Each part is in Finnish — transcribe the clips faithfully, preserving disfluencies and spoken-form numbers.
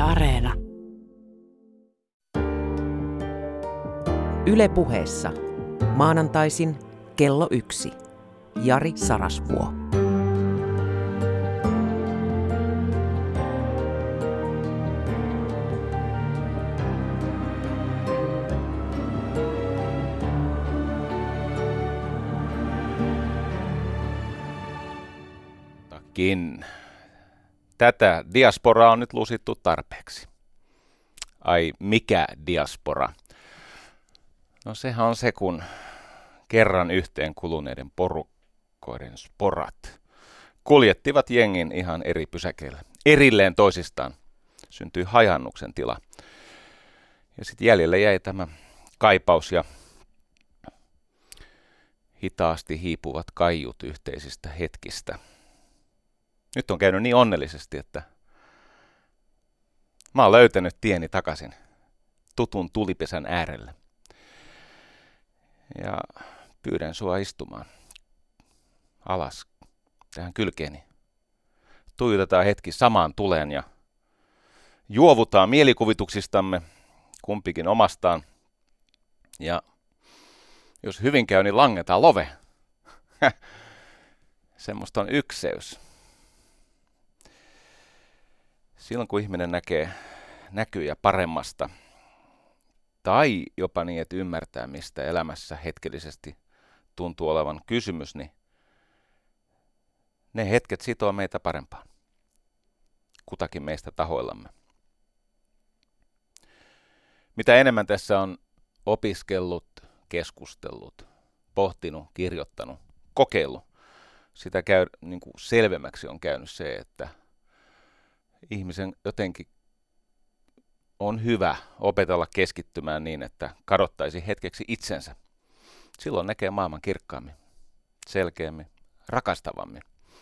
Areena. Yle Puheessa. Maanantaisin kello yksi. Jari Sarasvuo. Kin. Tätä diasporaa on nyt lusittu tarpeeksi. Ai mikä diaspora? No sehän on se, kun kerran yhteen kuluneiden porukkoiden sporat kuljettivat jengin ihan eri pysäkeillä. Erilleen toisistaan syntyi hajannuksen tila. Ja sitten jäljelle jäi tämä kaipaus ja hitaasti hiipuvat kaiut yhteisistä hetkistä. Nyt on käynyt niin onnellisesti, että mä oon löytänyt tieni takaisin tutun tulipesän äärelle. Ja pyydän sua istumaan alas tähän kylkeeni. Tuijotetaan hetki samaan tuleen ja juovutaan mielikuvituksistamme kumpikin omastaan. Ja jos hyvin käy, niin langetaan love. Semmoista on ykseys. Silloin kun ihminen näkee näkyjä paremmasta, tai jopa niin, että ymmärtää, mistä elämässä hetkellisesti tuntuu olevan kysymys, niin ne hetket sitoo meitä parempaan, kutakin meistä tahoillamme. Mitä enemmän tässä on opiskellut, keskustellut, pohtinut, kirjoittanut, kokeillut, sitä käy, niin kuin selvemmäksi on käynyt se, että ihmisen jotenkin on hyvä opetella keskittymään niin, että kadottaisi hetkeksi itsensä. Silloin näkee maailman kirkkaammin, selkeämmin, rakastavammin.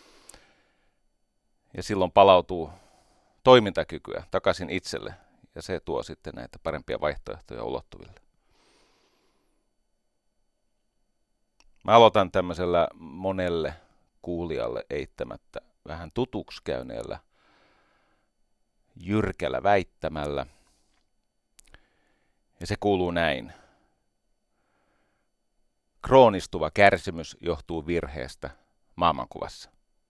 Ja silloin palautuu toimintakykyä takaisin itselle, ja se tuo sitten näitä parempia vaihtoehtoja ulottuville. Mä aloitan tämmöisellä monelle kuulijalle eittämättä vähän tutuksi käyneellä jyrkällä väittämällä. Ja se kuuluu näin. Kroonistuva kärsimys johtuu virheestä maailmankuvassa.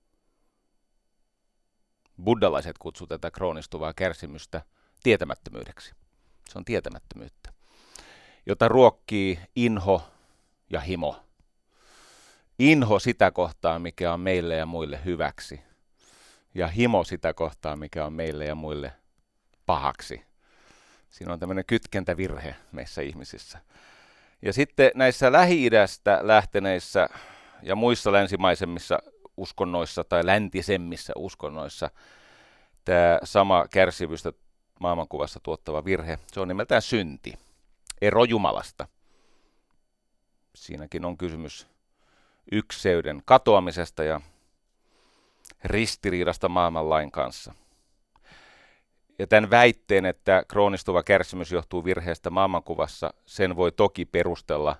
Buddhalaiset kutsuvat tätä kroonistuvaa kärsimystä tietämättömyydeksi. Se on tietämättömyyttä, jota ruokkii inho ja himo. Inho sitä kohtaa, mikä on meille ja muille hyväksi. Ja himo sitä kohtaa, mikä on meille ja muille pahaksi. Siinä on tämmöinen kytkentävirhe meissä ihmisissä. Ja sitten näissä Lähi-idästä lähteneissä ja muissa länsimaisemmissa uskonnoissa tai läntisemmissä uskonnoissa tämä sama kärsivystä maailmankuvassa tuottava virhe, se on nimeltään synti, ero Jumalasta. Siinäkin on kysymys ykseyden katoamisesta ja ristiriidasta maailmanlain kanssa. Ja tämän väitteen, että kroonistuva kärsimys johtuu virheestä maailmankuvassa, sen voi toki perustella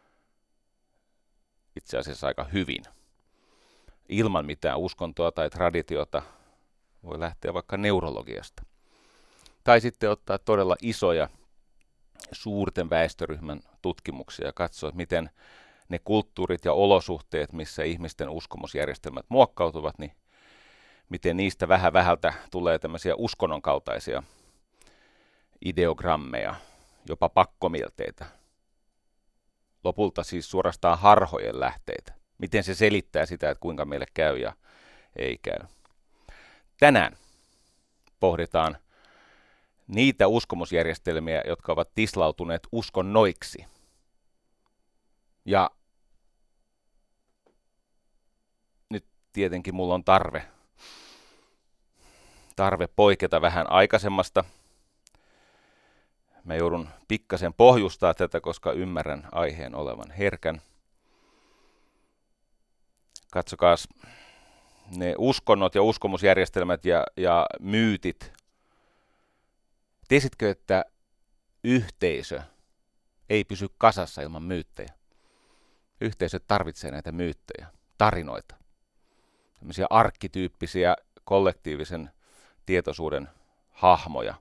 itse asiassa aika hyvin. Ilman mitään uskontoa tai traditiota voi lähteä vaikka neurologiasta. Tai sitten ottaa todella isoja suurten väestöryhmän tutkimuksia ja katsoa, miten ne kulttuurit ja olosuhteet, missä ihmisten uskomusjärjestelmät muokkautuvat, niin miten niistä vähän vähältä tulee tämmöisiä uskonnon kaltaisia ideogrammeja, jopa pakkomielteitä. Lopulta siis suorastaan harhojen lähteitä. Miten se selittää sitä, että kuinka meille käy ja ei käy. Tänään pohditaan niitä uskomusjärjestelmiä, jotka ovat tislautuneet uskonnoiksi. Ja nyt tietenkin mulla on tarve. Tarve poiketa vähän aikaisemmasta. Mä joudun pikkasen pohjustaa tätä, koska ymmärrän aiheen olevan herkän. Katsokaas ne uskonnot ja uskomusjärjestelmät ja, ja myytit. Tiesitkö, että yhteisö ei pysy kasassa ilman myyttejä? Yhteisöt tarvitsee näitä myyttejä, tarinoita. Tämmöisiä arkkityyppisiä kollektiivisen tietoisuuden hahmoja,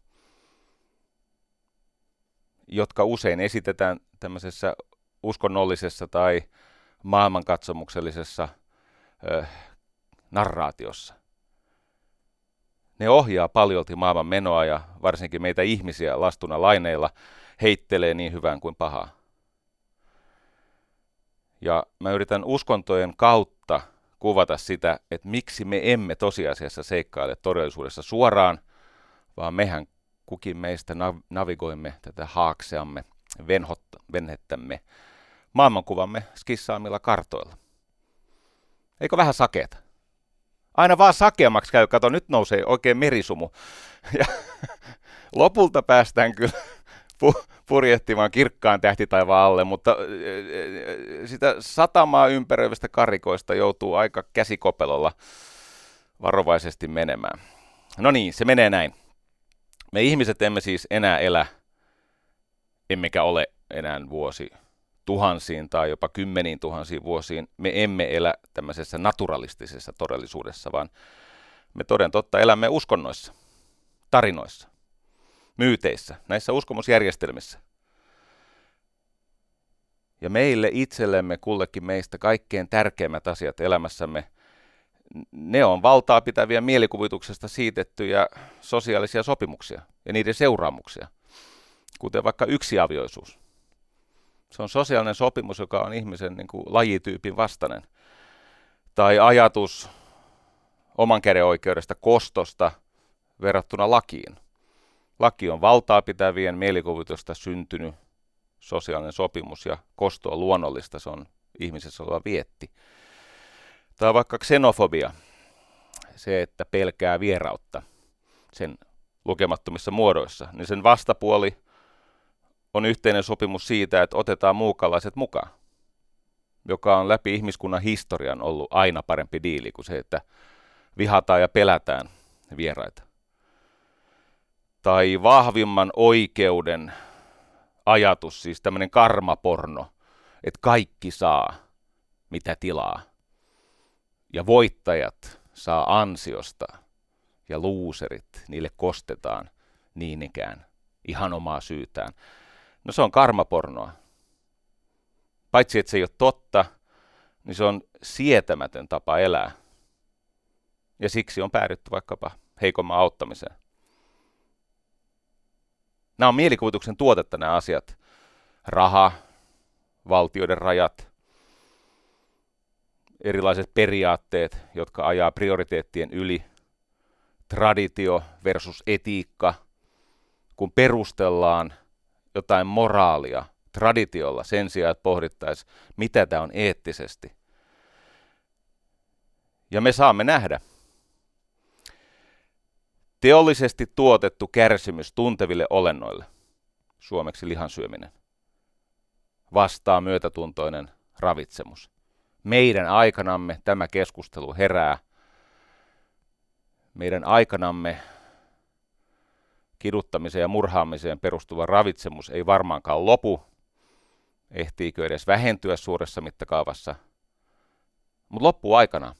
jotka usein esitetään tämmöisessä uskonnollisessa tai maailmankatsomuksellisessa ö, narraatiossa. Ne ohjaa paljolti maailman menoa ja varsinkin meitä ihmisiä lastuna laineilla heittelee niin hyvään kuin pahaa. Ja mä yritän uskontojen kautta kuvata sitä, että miksi me emme tosiasiassa seikkaile todellisuudessa suoraan, vaan mehän kukin meistä nav- navigoimme tätä haakseamme, venhotta, venhettämme, maailmankuvamme skissaamilla kartoilla. Eikö vähän sakeeta? Aina vaan sakeammaksi käy, kato nyt nousee oikein merisumu. Ja lopulta päästään kyllä pu- purjehtimaan kirkkaan tähtitaivaan alle, mutta sitä satamaa ympäröivistä karikoista joutuu aika käsikopelolla varovaisesti menemään. No niin, se menee näin. Me ihmiset emme siis enää elä, emmekä ole enää vuosi tuhansiin tai jopa kymmeniin tuhansiin vuosiin. Me emme elä tämmöisessä naturalistisessa todellisuudessa, vaan me toden totta elämme uskonnoissa, tarinoissa, myyteissä, näissä uskomusjärjestelmissä. Ja meille itsellemme, kullekin meistä, kaikkein tärkeimmät asiat elämässämme, ne on valtaa pitäviä mielikuvituksesta siitettyjä sosiaalisia sopimuksia ja niiden seuraamuksia, kuten vaikka yksiavioisuus. Se on sosiaalinen sopimus, joka on ihmisen niin kuin lajityypin vastainen. Tai ajatus oman käden oikeudesta kostosta verrattuna lakiin. Laki on valtaa pitävien mielikuvitusta syntynyt sosiaalinen sopimus ja kosto on luonnollista, se on ihmisessä oleva vietti. Tai vaikka xenofobia, se, että pelkää vierautta sen lukemattomissa muodoissa, niin sen vastapuoli on yhteinen sopimus siitä, että otetaan muukalaiset mukaan, joka on läpi ihmiskunnan historian ollut aina parempi diili kuin se, että vihataan ja pelätään vieraita. Tai vahvimman oikeuden ajatus, siis tämmöinen karmaporno, että kaikki saa mitä tilaa. Ja voittajat saa ansiosta ja luuserit, niille kostetaan niin ikään ihan omaa syytään. No se on karmapornoa. Paitsi että se ei ole totta, niin se on sietämätön tapa elää. Ja siksi on päädytty vaikkapa heikomman auttamiseen. Nämä on mielikuvituksen tuotetta nämä asiat. Raha, valtioiden rajat, erilaiset periaatteet, jotka ajaa prioriteettien yli, traditio versus etiikka, kun perustellaan jotain moraalia traditiolla sen sijaan, että pohdittaisiin, mitä tämä on eettisesti. Ja me saamme nähdä. Teollisesti tuotettu kärsimys tunteville olennoille, suomeksi lihansyöminen, vastaa myötätuntoinen ravitsemus. Meidän aikanamme tämä keskustelu herää. Meidän aikanamme kiduttamiseen ja murhaamiseen perustuva ravitsemus ei varmaankaan lopu. Ehtiikö edes vähentyä suuressa mittakaavassa? Mutta loppuu aikana.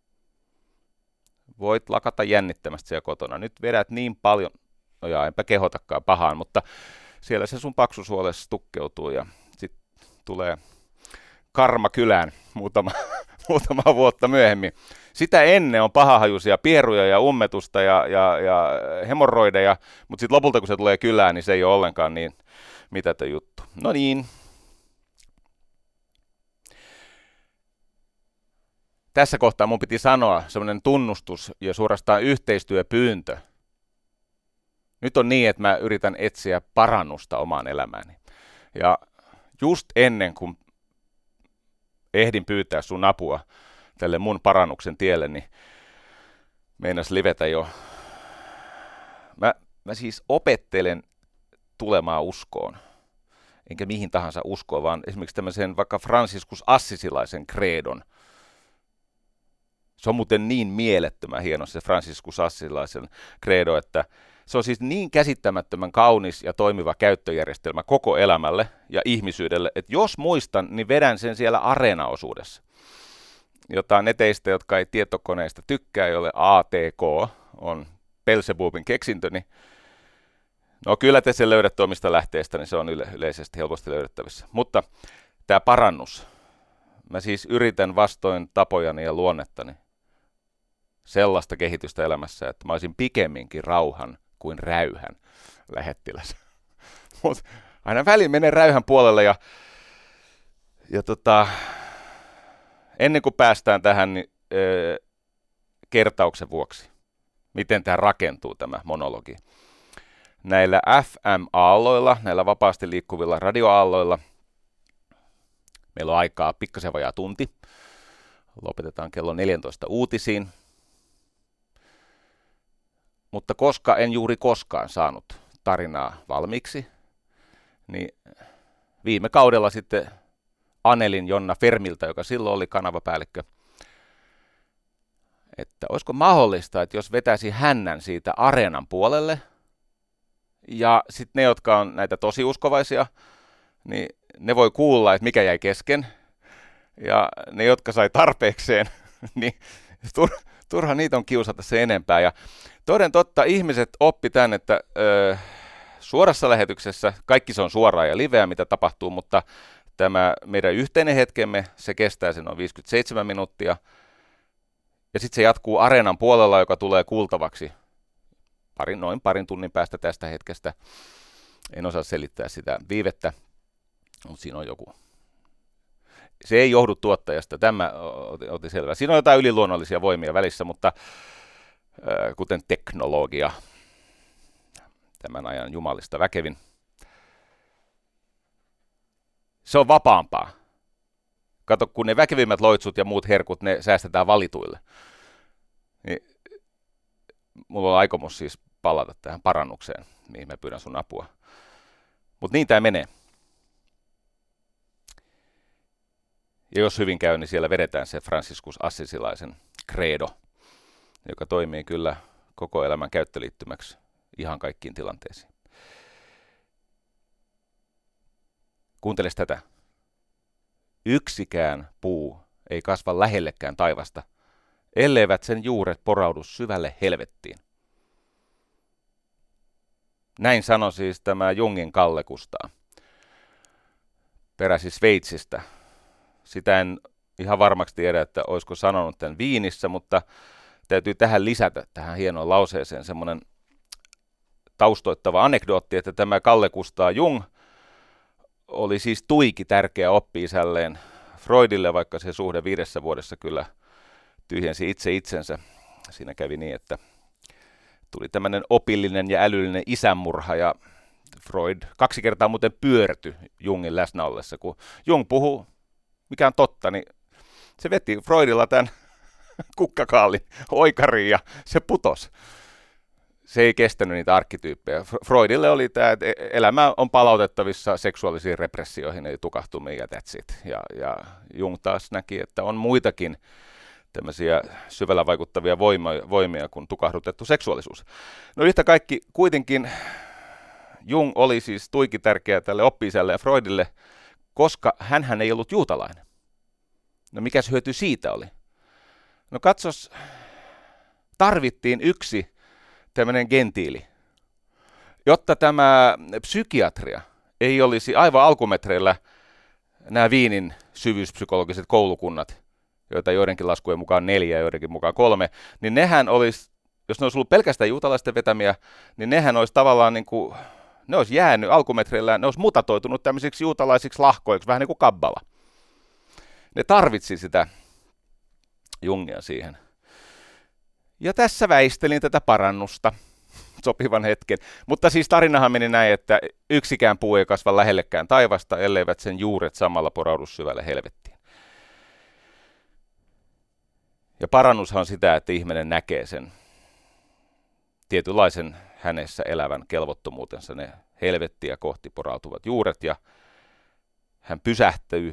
Voit lakata jännittämästä siellä kotona. Nyt vedät niin paljon, no jaa, enpä kehotakaan pahaan, mutta siellä se sun paksusuolessa tukkeutuu ja sitten tulee karma kylään muutama, muutama vuotta myöhemmin. Sitä ennen on pahahajuisia pieruja ja ummetusta ja, ja, ja hemorroideja, mutta sitten lopulta kun se tulee kylään, niin se ei ole ollenkaan niin mitätön juttu. No niin. Tässä kohtaa mun piti sanoa semmoinen tunnustus ja suorastaan yhteistyöpyyntö. Nyt on niin, että mä yritän etsiä parannusta omaan elämääni. Ja just ennen kuin ehdin pyytää sun apua tälle mun parannuksen tielle, niin meinas livetä jo. Mä, mä siis opettelen tulemaan uskoon. Enkä mihin tahansa uskoon, vaan esimerkiksi tämmöisen vaikka Franciscus Assisilaisen kreedon. Se on muuten niin mielettömän hieno se Franciscus Assisilaisen credo, että se on siis niin käsittämättömän kaunis ja toimiva käyttöjärjestelmä koko elämälle ja ihmisyydelle, että jos muistan, niin vedän sen siellä Areena-osuudessa. Jota ne teistä, jotka ei tietokoneista tykkää, jolle A T K on Beelzebubin keksintö, niin no kyllä te sen löydätte omista lähteistä, niin se on yle- yleisesti helposti löydettävissä. Mutta tämä parannus, mä siis yritän vastoin tapojani ja luonnettani sellaista kehitystä elämässä, että mä olisin pikemminkin rauhan kuin räyhän lähettiläs. Mutta aina väliin menen räyhän puolelle ja, ja tota, ennen kuin päästään tähän niin, ö, kertauksen vuoksi, miten tämä rakentuu tämä monologi. Näillä F M-aalloilla, näillä vapaasti liikkuvilla radioaalloilla, meillä on aikaa pikkasen vajaa tunti. Lopetetaan kello neljätoista uutisiin. Mutta koska en juuri koskaan saanut tarinaa valmiiksi, niin viime kaudella sitten anelin Jonna Fermiltä, joka silloin oli kanavapäällikkö, että olisiko mahdollista, että jos vetäisi hännän siitä Areenan puolelle, ja sitten ne, jotka on näitä tosi uskovaisia, niin ne voi kuulla, että mikä jäi kesken, ja ne, jotka sai tarpeekseen, niin tur, turha niitä on kiusata se enempää. Ja toden totta, ihmiset oppi tämän, että ö, suorassa lähetyksessä, kaikki se on suoraa ja liveä, mitä tapahtuu, mutta tämä meidän yhteinen hetkemme, se kestää sen noin viisikymmentäseitsemän minuuttia, ja sitten se jatkuu Areenan puolella, joka tulee kuultavaksi parin, noin parin tunnin päästä tästä hetkestä. En osaa selittää sitä viivettä, mutta siinä on joku. Se ei johdu tuottajasta, tämä otin selvää. Siinä on jotain yliluonnollisia voimia välissä, mutta äh, kuten teknologia, tämän ajan jumalista väkevin, se on vapaampaa. Kato, kun ne väkevimmät loitsut ja muut herkut, ne säästetään valituille. Niin, mulla on aikomus siis palata tähän parannukseen, mihin mä pyydän sun apua. Mutta niin tämä menee. Ja jos hyvin käy, niin siellä vedetään se Franciscus Assisilaisen credo, joka toimii kyllä koko elämän käyttöliittymäksi ihan kaikkiin tilanteisiin. Kuunteles tätä. Yksikään puu ei kasva lähellekään taivasta, elleivät sen juuret poraudu syvälle helvettiin. Näin sanoi siis tämä Jungin Kalle Kustaa. Peräsi Sveitsistä. Sitä en ihan varmaksi tiedä, että olisiko sanonut tämän Viinissä, mutta täytyy tähän lisätä, tähän hienoon lauseeseen, semmoinen taustoittava anekdootti, että tämä Kalle Kustaa Jung oli siis tuiki tärkeä oppi-isälleen Freudille, vaikka se suhde viidessä vuodessa kyllä tyhjensi itse itsensä. Siinä kävi niin, että tuli tämmöinen opillinen ja älyllinen isänmurha, ja Freud kaksi kertaa muuten pyörtyi Jungin läsnä ollessa. Kun Jung puhuu, mikä on totta, niin se veti Freudilla tämän kukkakaalin oikariin ja se putosi. Se ei kestänyt niitä arkkityyppejä. Freudille oli tämä, että elämä on palautettavissa seksuaalisiin repressioihin, ei tukahtumiin ja that's it. Ja, ja Jung taas näki, että on muitakin tämmöisiä syvällä vaikuttavia voimia, voimia kuin tukahdutettu seksuaalisuus. No yhtä kaikki kuitenkin Jung oli siis tuiki tärkeä tälle oppi-isälle ja Freudille, koska hänhän ei ollut juutalainen. No mikäs hyöty siitä oli? No katsos, tarvittiin yksi tämmöinen gentiili, jotta tämä psykiatria ei olisi aivan alkumetreillä nämä Viinin syvyyspsykologiset koulukunnat, joita joidenkin laskujen mukaan neljä ja joidenkin mukaan kolme, niin nehän olisi, jos ne olisi ollut pelkästään juutalaisten vetämiä, niin nehän olisi tavallaan niin kuin, ne olisi jäänyt alkumetreillä, ne olisi mutatoitunut tämmöisiksi juutalaisiksi lahkoiksi, vähän niin kuin kabbala. Ne tarvitsi sitä Jungia siihen. Ja tässä väistelin tätä parannusta sopivan hetken. Mutta siis tarinahan meni näin, että yksikään puu ei kasva lähellekään taivasta, elleivät sen juuret samalla poraudu syvälle helvettiin. Ja parannushan on sitä, että ihminen näkee sen tietynlaisen hänessä elävän kelvottomuutensa, ne helvettiä kohti porautuvat juuret, ja hän pysähtyy,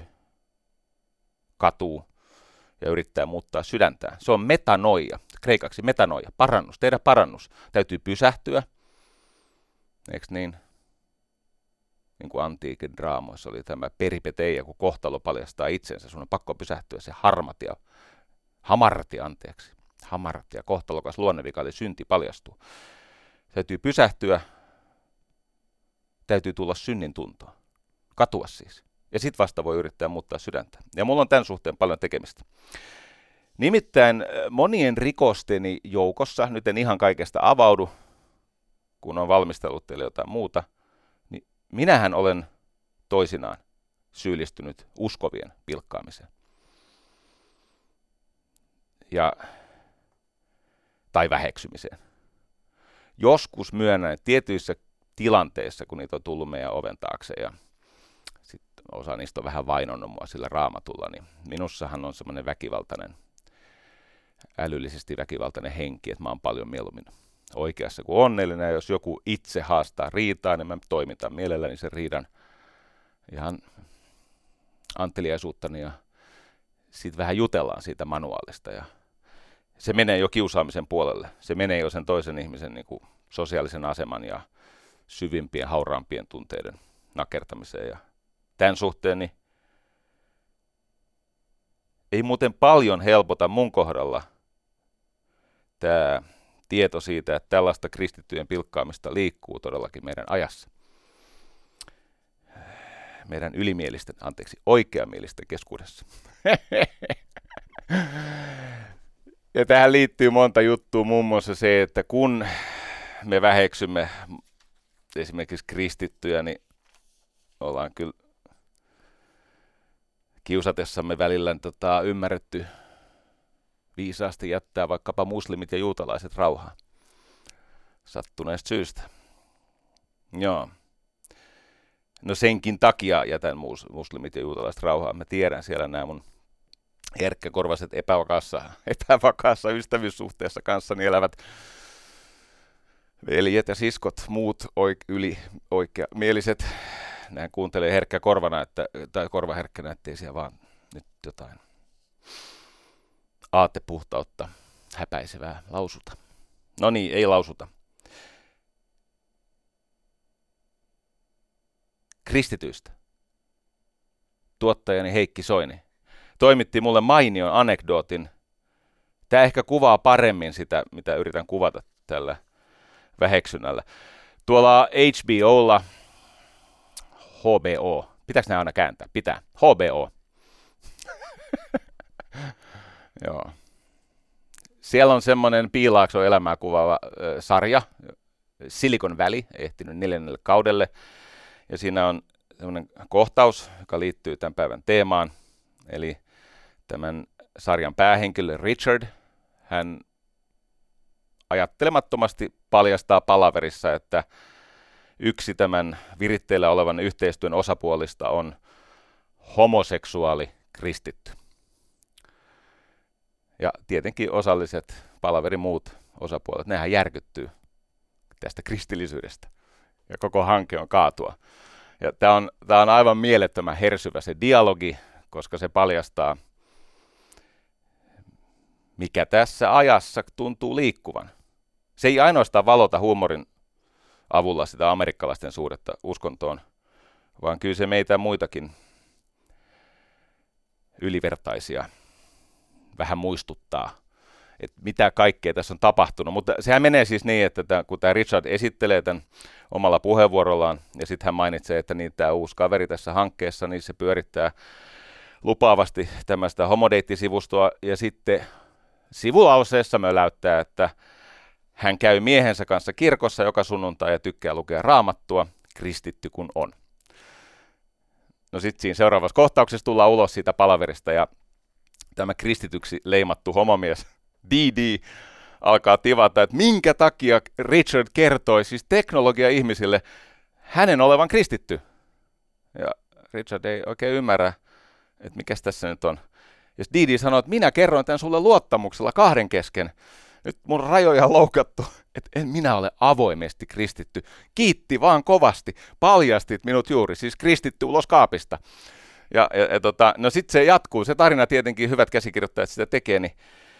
katuu ja yrittää muuttaa sydäntään. Se on metanoia, kreikaksi metanoia, parannus, tehdä parannus. Täytyy pysähtyä, eikö niin? Niin kuin antiikin draamoissa oli tämä peripeteia, kun kohtalo paljastaa itsensä, sun on pakko pysähtyä, se harmat ja hamarti, anteeksi. hamarat ja kohtalokas luonnevika, eli synti paljastuu. Täytyy pysähtyä, täytyy tulla synnin tuntoa, katua siis. Ja sitten vasta voi yrittää muuttaa sydäntä. Ja mulla on tämän suhteen paljon tekemistä. Nimittäin monien rikosteni joukossa, nyt en ihan kaikesta avaudu, kun on valmistellut teille jotain muuta, niin minähän olen toisinaan syyllistynyt uskovien pilkkaamiseen. Ja, tai väheksymiseen. Joskus myönnän, että tietyissä tilanteissa, kun niitä on tullut meidän oven taakse ja sitten osa niistä on vähän vainonnut mua sillä raamatulla, niin minussahan on semmoinen väkivaltainen, älyllisesti väkivaltainen henki, että mä oon paljon mieluummin oikeassa kuin onnellinen. Ja jos joku itse haastaa riitaa, niin mä toimitan mielelläni sen riidan ihan anteliaisuuttani ja sitten vähän jutellaan siitä manuaalista. Ja se menee jo kiusaamisen puolelle. Se menee jo sen toisen ihmisen niin kuin sosiaalisen aseman ja syvimpien, hauraampien tunteiden nakertamiseen. Ja tämän suhteen niin ei muuten paljon helpota mun kohdalla tämä tieto siitä, että tällaista kristittyjen pilkkaamista liikkuu todellakin meidän ajassa. Meidän ylimielisten, anteeksi, oikeamielisten keskuudessa. Ja tähän liittyy monta juttua, muun muassa se, että kun me väheksymme esimerkiksi kristittyjä, niin ollaan kyllä kiusatessamme välillä tota, ymmärretty viisaasti jättää vaikkapa muslimit ja juutalaiset rauhaan sattuneesta syystä. Joo. No senkin takia jätän mus, muslimit ja juutalaiset rauhaan. Mä tiedän siellä nämä mun herkkäkorvaiset epävakaassa, epävakaassa ystävyyssuhteessa kanssani elävät veljet ja siskot, muut oik, yli oikeamieliset. Näin kuuntelee herkkä korvana, että, tai korvaherkkänä, ettei siellä vaan nyt jotain aatepuhtautta häpäisevää lausuta. No niin, ei lausuta. Kristityistä. Tuottajani Heikki Soini toimitti mulle mainion anekdootin. Tämä ehkä kuvaa paremmin sitä, mitä yritän kuvata tällä väheksynnällä. Tuolla H B O:lla, H B O, pitääkö nämä aina kääntää? Pitää. H B O. Joo. Siellä on semmoinen Piilaakson elämää kuvaava äh, sarja, Silicon Valley, ehtinyt neljännelle kaudelle. Ja siinä on semmoinen kohtaus, joka liittyy tämän päivän teemaan. Eli tämän sarjan päähenkilö Richard, hän ajattelemattomasti paljastaa palaverissa, että yksi tämän viritteillä olevan yhteistyön osapuolista on homoseksuaali kristitty. Ja tietenkin osalliset palaverin muut osapuolet, nehän järkyttyy tästä kristillisyydestä. Ja koko hanke on kaatua. Ja tämä on, tämä on aivan mielettömän hersyvä se dialogi, koska se paljastaa, mikä tässä ajassa tuntuu liikkuvan. Se ei ainoastaan valota huumorin avulla sitä amerikkalaisten suhdetta uskontoon, vaan kyllä se meitä muitakin ylivertaisia vähän muistuttaa, että mitä kaikkea tässä on tapahtunut. Mutta sehän menee siis niin, että tämän, kun tämä Richard esittelee tämän omalla puheenvuorollaan, ja sitten hän mainitsee, että niin tämä uusi kaveri tässä hankkeessa, niin se pyörittää lupaavasti tämmöistä homodeittisivustoa, ja sitten sivulauseessa möläyttää, että hän käy miehensä kanssa kirkossa joka sunnuntai ja tykkää lukea raamattua, kristitty kun on. No sitten siinä seuraavassa kohtauksessa tullaan ulos siitä palaverista, ja tämä kristityksi leimattu homomies D D alkaa tivata, että minkä takia Richard kertoi siis teknologia-ihmisille hänen olevan kristitty. Ja Richard ei oikein ymmärrä, että mikäs tässä nyt on. Ja D D sanoo, että minä kerroin tämän sulle luottamuksella kahden kesken. Nyt mun rajoja on loukattu, että en minä ole avoimesti kristitty. Kiitti vaan kovasti, paljastit minut juuri, siis kristitty ulos kaapista. Ja, ja, ja tota, no sitten se jatkuu, se tarina tietenkin, hyvät käsikirjoittajat sitä tekee, niin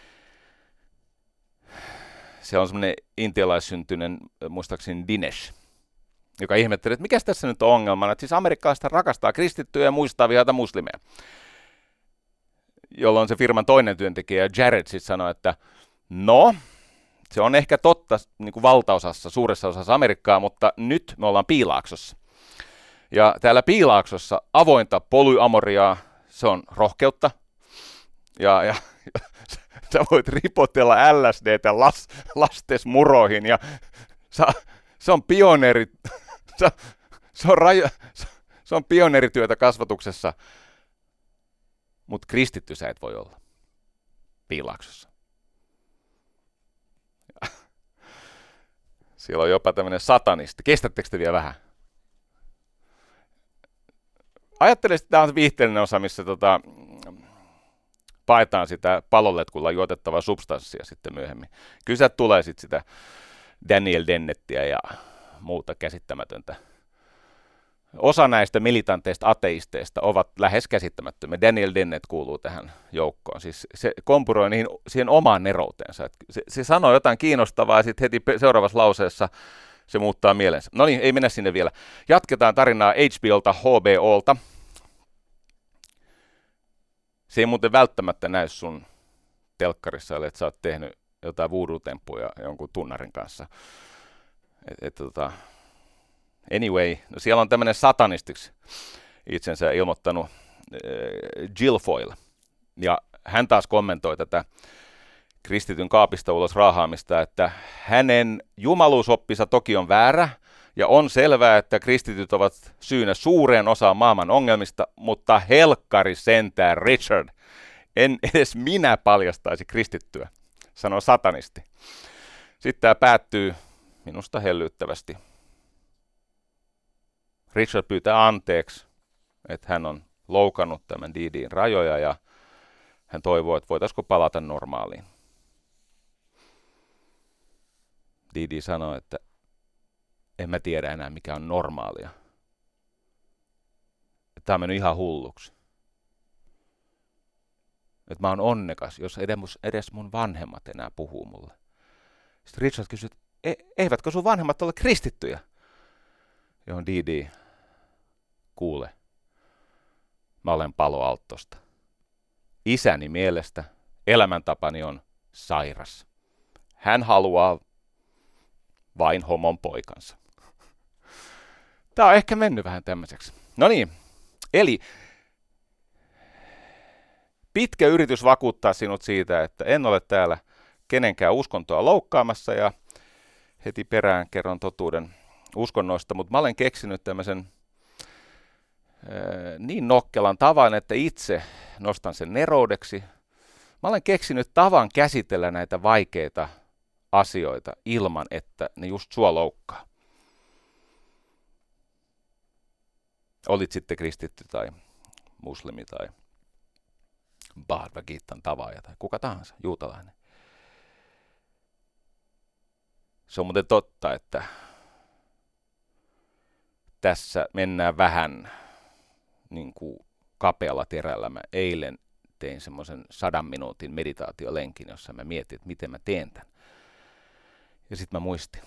se on semmoinen intialaissyntyinen, muistaakseni Dinesh, joka ihmettelee, että mikäs tässä nyt on ongelmana, että siis amerikkalaiset rakastaa kristittyjä ja muistaa vihaita muslimeja. Jolloin se firman toinen työntekijä, Jared, sitten sanoi, että No, se on ehkä totta niin kuin valtaosassa, suuressa osassa Amerikkaa, mutta nyt me ollaan Piilaaksossa. Ja täällä Piilaaksossa avointa polyamoriaa, se on rohkeutta. Ja, ja, ja sä voit ripotella L S D:tä las, lastes muroihin ja sa, se on pioneeri, se, se, on rajo, se on pioneerityötä kasvatuksessa, mutta kristitty sä et voi olla Piilaaksossa. Siellä on jopa tämmöinen satanisti. Kestättekö te vielä vähän? Ajattelen, että tämä on viihteellinen osa, missä tota, paetaan sitä paloletkulla juotettavaa substanssia sitten myöhemmin. Kyllä sieltä tulee sitten sitä Daniel Dennettiä ja muuta käsittämätöntä. Osa näistä militanteista ateisteista ovat lähes käsittämättömiä. Daniel Dennett kuuluu tähän joukkoon. Siis se kompuroi niihin, siihen omaan nerouteensa. Se, se sanoo jotain kiinnostavaa ja sitten heti seuraavassa lauseessa se muuttaa mielensä. No niin, ei mennä sinne vielä. Jatketaan tarinaa H B O:lta, H B O:lta. Se ei muuten välttämättä näy sun telkkarissa, että sä oot tehnyt jotain voodoo-temppuja jonkun tunnarin kanssa. Et, et, tota, anyway, no siellä on tämmöinen satanistiksi itsensä ilmoittanut äh, Jill Foyle. Ja hän taas kommentoi tätä kristityn kaapista ulos raahaamista, että hänen jumaluusoppinsa toki on väärä, ja on selvää, että kristityt ovat syynä suureen osaan maailman ongelmista, mutta helkkari sentään Richard, en edes minä paljastaisi kristittyä, sanoo satanisti. Sitten tämä päättyy minusta hellyttävästi. Richard pyytää anteeksi, että hän on loukannut tämän D D:n rajoja ja hän toivoo, että voitaisiko palata normaaliin. D D sanoi, että en mä tiedä enää mikä on normaalia. Tämä on mennyt ihan hulluksi. Että mä oon onnekas, jos edes mun vanhemmat enää puhuu mulle. Sitten Richard kysyi, että e- eivätkö sun vanhemmat ole kristittyjä? Johon D D, kuule, mä olen Palo Altosta. Isäni mielestä elämäntapani on sairas. Hän haluaa vain homon poikansa. Tämä on ehkä mennyt vähän tämmöiseksi. No niin, eli pitkä yritys vakuuttaa sinut siitä, että en ole täällä kenenkään uskontoa loukkaamassa ja heti perään kerron totuuden uskonnoista, mutta mä olen keksinyt tämmöisen ää, niin nokkelan tavan, että itse nostan sen neroudeksi. Mä olen keksinyt tavan käsitellä näitä vaikeita asioita ilman, että ne just sua loukkaa. Olit sitten kristitty tai muslimi tai Bhagavad Gitan tavaaja tai kuka tahansa, juutalainen. Se on muuten totta, että tässä mennään vähän niin kuin kapealla terällä. Mä eilen tein semmoisen sadan minuutin meditaatiolenkin, jossa mä mietin, että miten mä teen tämän. Ja sitten mä muistin.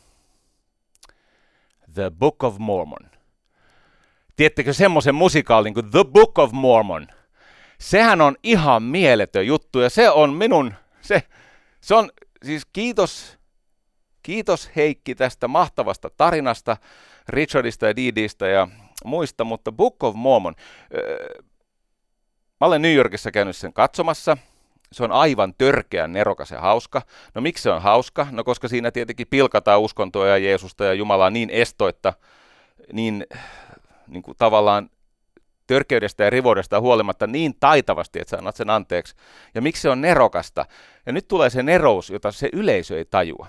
The Book of Mormon. Tiedättekö semmoisen musikaalin kuin The Book of Mormon? Sehän on ihan mieletön juttu ja se on minun, se, se on siis kiitos, kiitos Heikki tästä mahtavasta tarinasta, Richardista ja D D:stä ja muista, mutta Book of Mormon, öö, mä olen New Yorkissa käynyt sen katsomassa. Se on aivan törkeän nerokas ja hauska. No miksi se on hauska? No koska siinä tietenkin pilkataan uskontoa ja Jeesusta ja Jumalaa niin estoitta, niin, niin kuin tavallaan törkeydestä ja rivoudesta huolimatta niin taitavasti, että sä annat sen anteeksi. Ja miksi se on nerokasta? Ja nyt tulee se nerous, jota se yleisö ei tajua.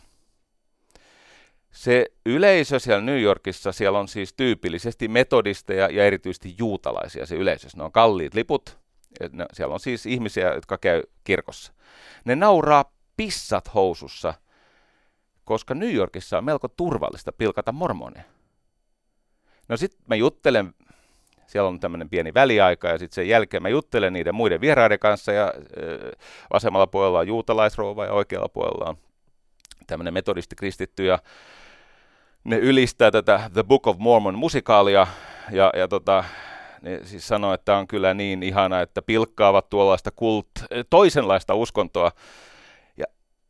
Se yleisö siellä New Yorkissa, siellä on siis tyypillisesti metodisteja ja erityisesti juutalaisia se yleisö. Ne on kalliit liput. Ne, siellä on siis ihmisiä, jotka käy kirkossa. Ne nauraa pissat housussa, koska New Yorkissa on melko turvallista pilkata mormoneja. No sitten mä juttelen, siellä on tämmöinen pieni väliaika ja sitten sen jälkeen mä juttelen niiden muiden vieraiden kanssa ja äh, vasemmalla puolella on juutalaisrouva ja oikealla puolella on tämmöinen metodistikristitty ja ne ylistää tätä The Book of Mormon musikaalia ja, ja tota, ne siis sanoo, että on kyllä niin ihana, että pilkkaavat tuollaista kult, toisenlaista uskontoa. Ja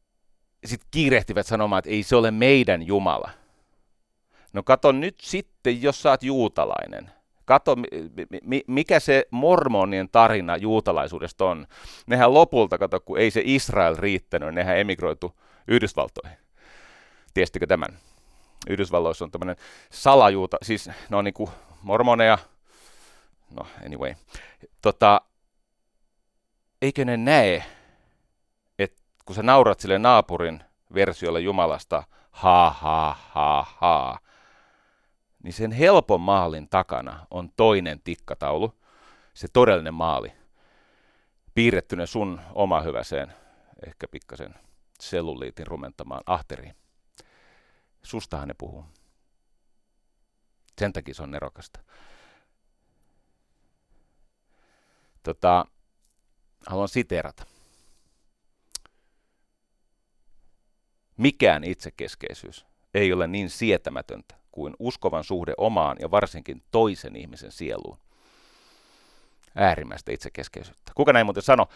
sitten kiirehtivät sanomaan, että ei se ole meidän Jumala. No kato nyt sitten, jos sä oot juutalainen. Kato, mikä se mormonien tarina juutalaisuudesta on. Nehän lopulta, kato, kun ei se Israel riittänyt, nehän emigroitu Yhdysvaltoihin. Tiesittekö tämän? Yhdysvalloissa on tämmöinen salajuuta, siis ne on niinku mormoneja, no anyway. Tota, eikö ne näe, että kun sä naurat sille naapurin versiolle Jumalasta, ha ha ha ha, niin sen helpon maalin takana on toinen tikkataulu, se todellinen maali, piirrettynä sun oma hyväseen, ehkä pikkasen selluliitin rumentamaan ahteriin. Sustahan ne puhuu. Sen takia se on nerokasta. Tota, haluan siteerata. Mikään itsekeskeisyys ei ole niin sietämätöntä kuin uskovan suhde omaan ja varsinkin toisen ihmisen sieluun. Äärimmäistä itsekeskeisyyttä. Kuka näin muuten sanoi?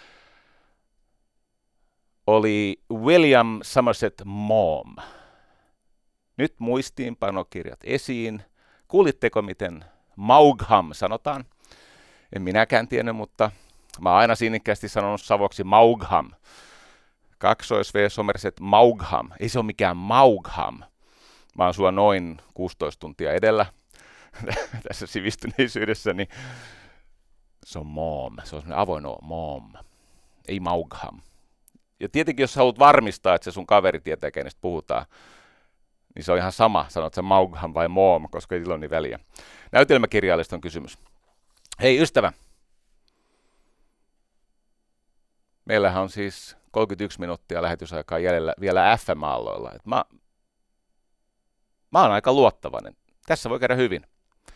Oli William Somerset Maugham. Nyt muistiinpanokirjat esiin. Kuulitteko, miten Maugham sanotaan? En minäkään tiennyt, mutta mä oon aina sinnikkäästi sanonut savoksi Maugham. Kaksois V. Somerset Maugham. Ei se ole mikään Maugham. Mä oon sua noin kuusitoista tuntia edellä tässä sivistyneisyydessä, niin se on Maugham. Se on semmoinen avoin o, Maugham. Ei Maugham. Ja tietenkin, jos sä haluat varmistaa, että se sun kaveri tietää, kenestä puhutaan, niin se on ihan sama, sanot sä Maugham vai Maugham, koska ei sillä ole niin väliä. Näytelmäkirjallista on kysymys. Hei ystävä, meillähän on siis kolmekymmentäyksi minuuttia lähetysaikaa jäljellä vielä F M-aalloilla. Mä, mä oon aika luottavainen. Tässä voi käydä hyvin.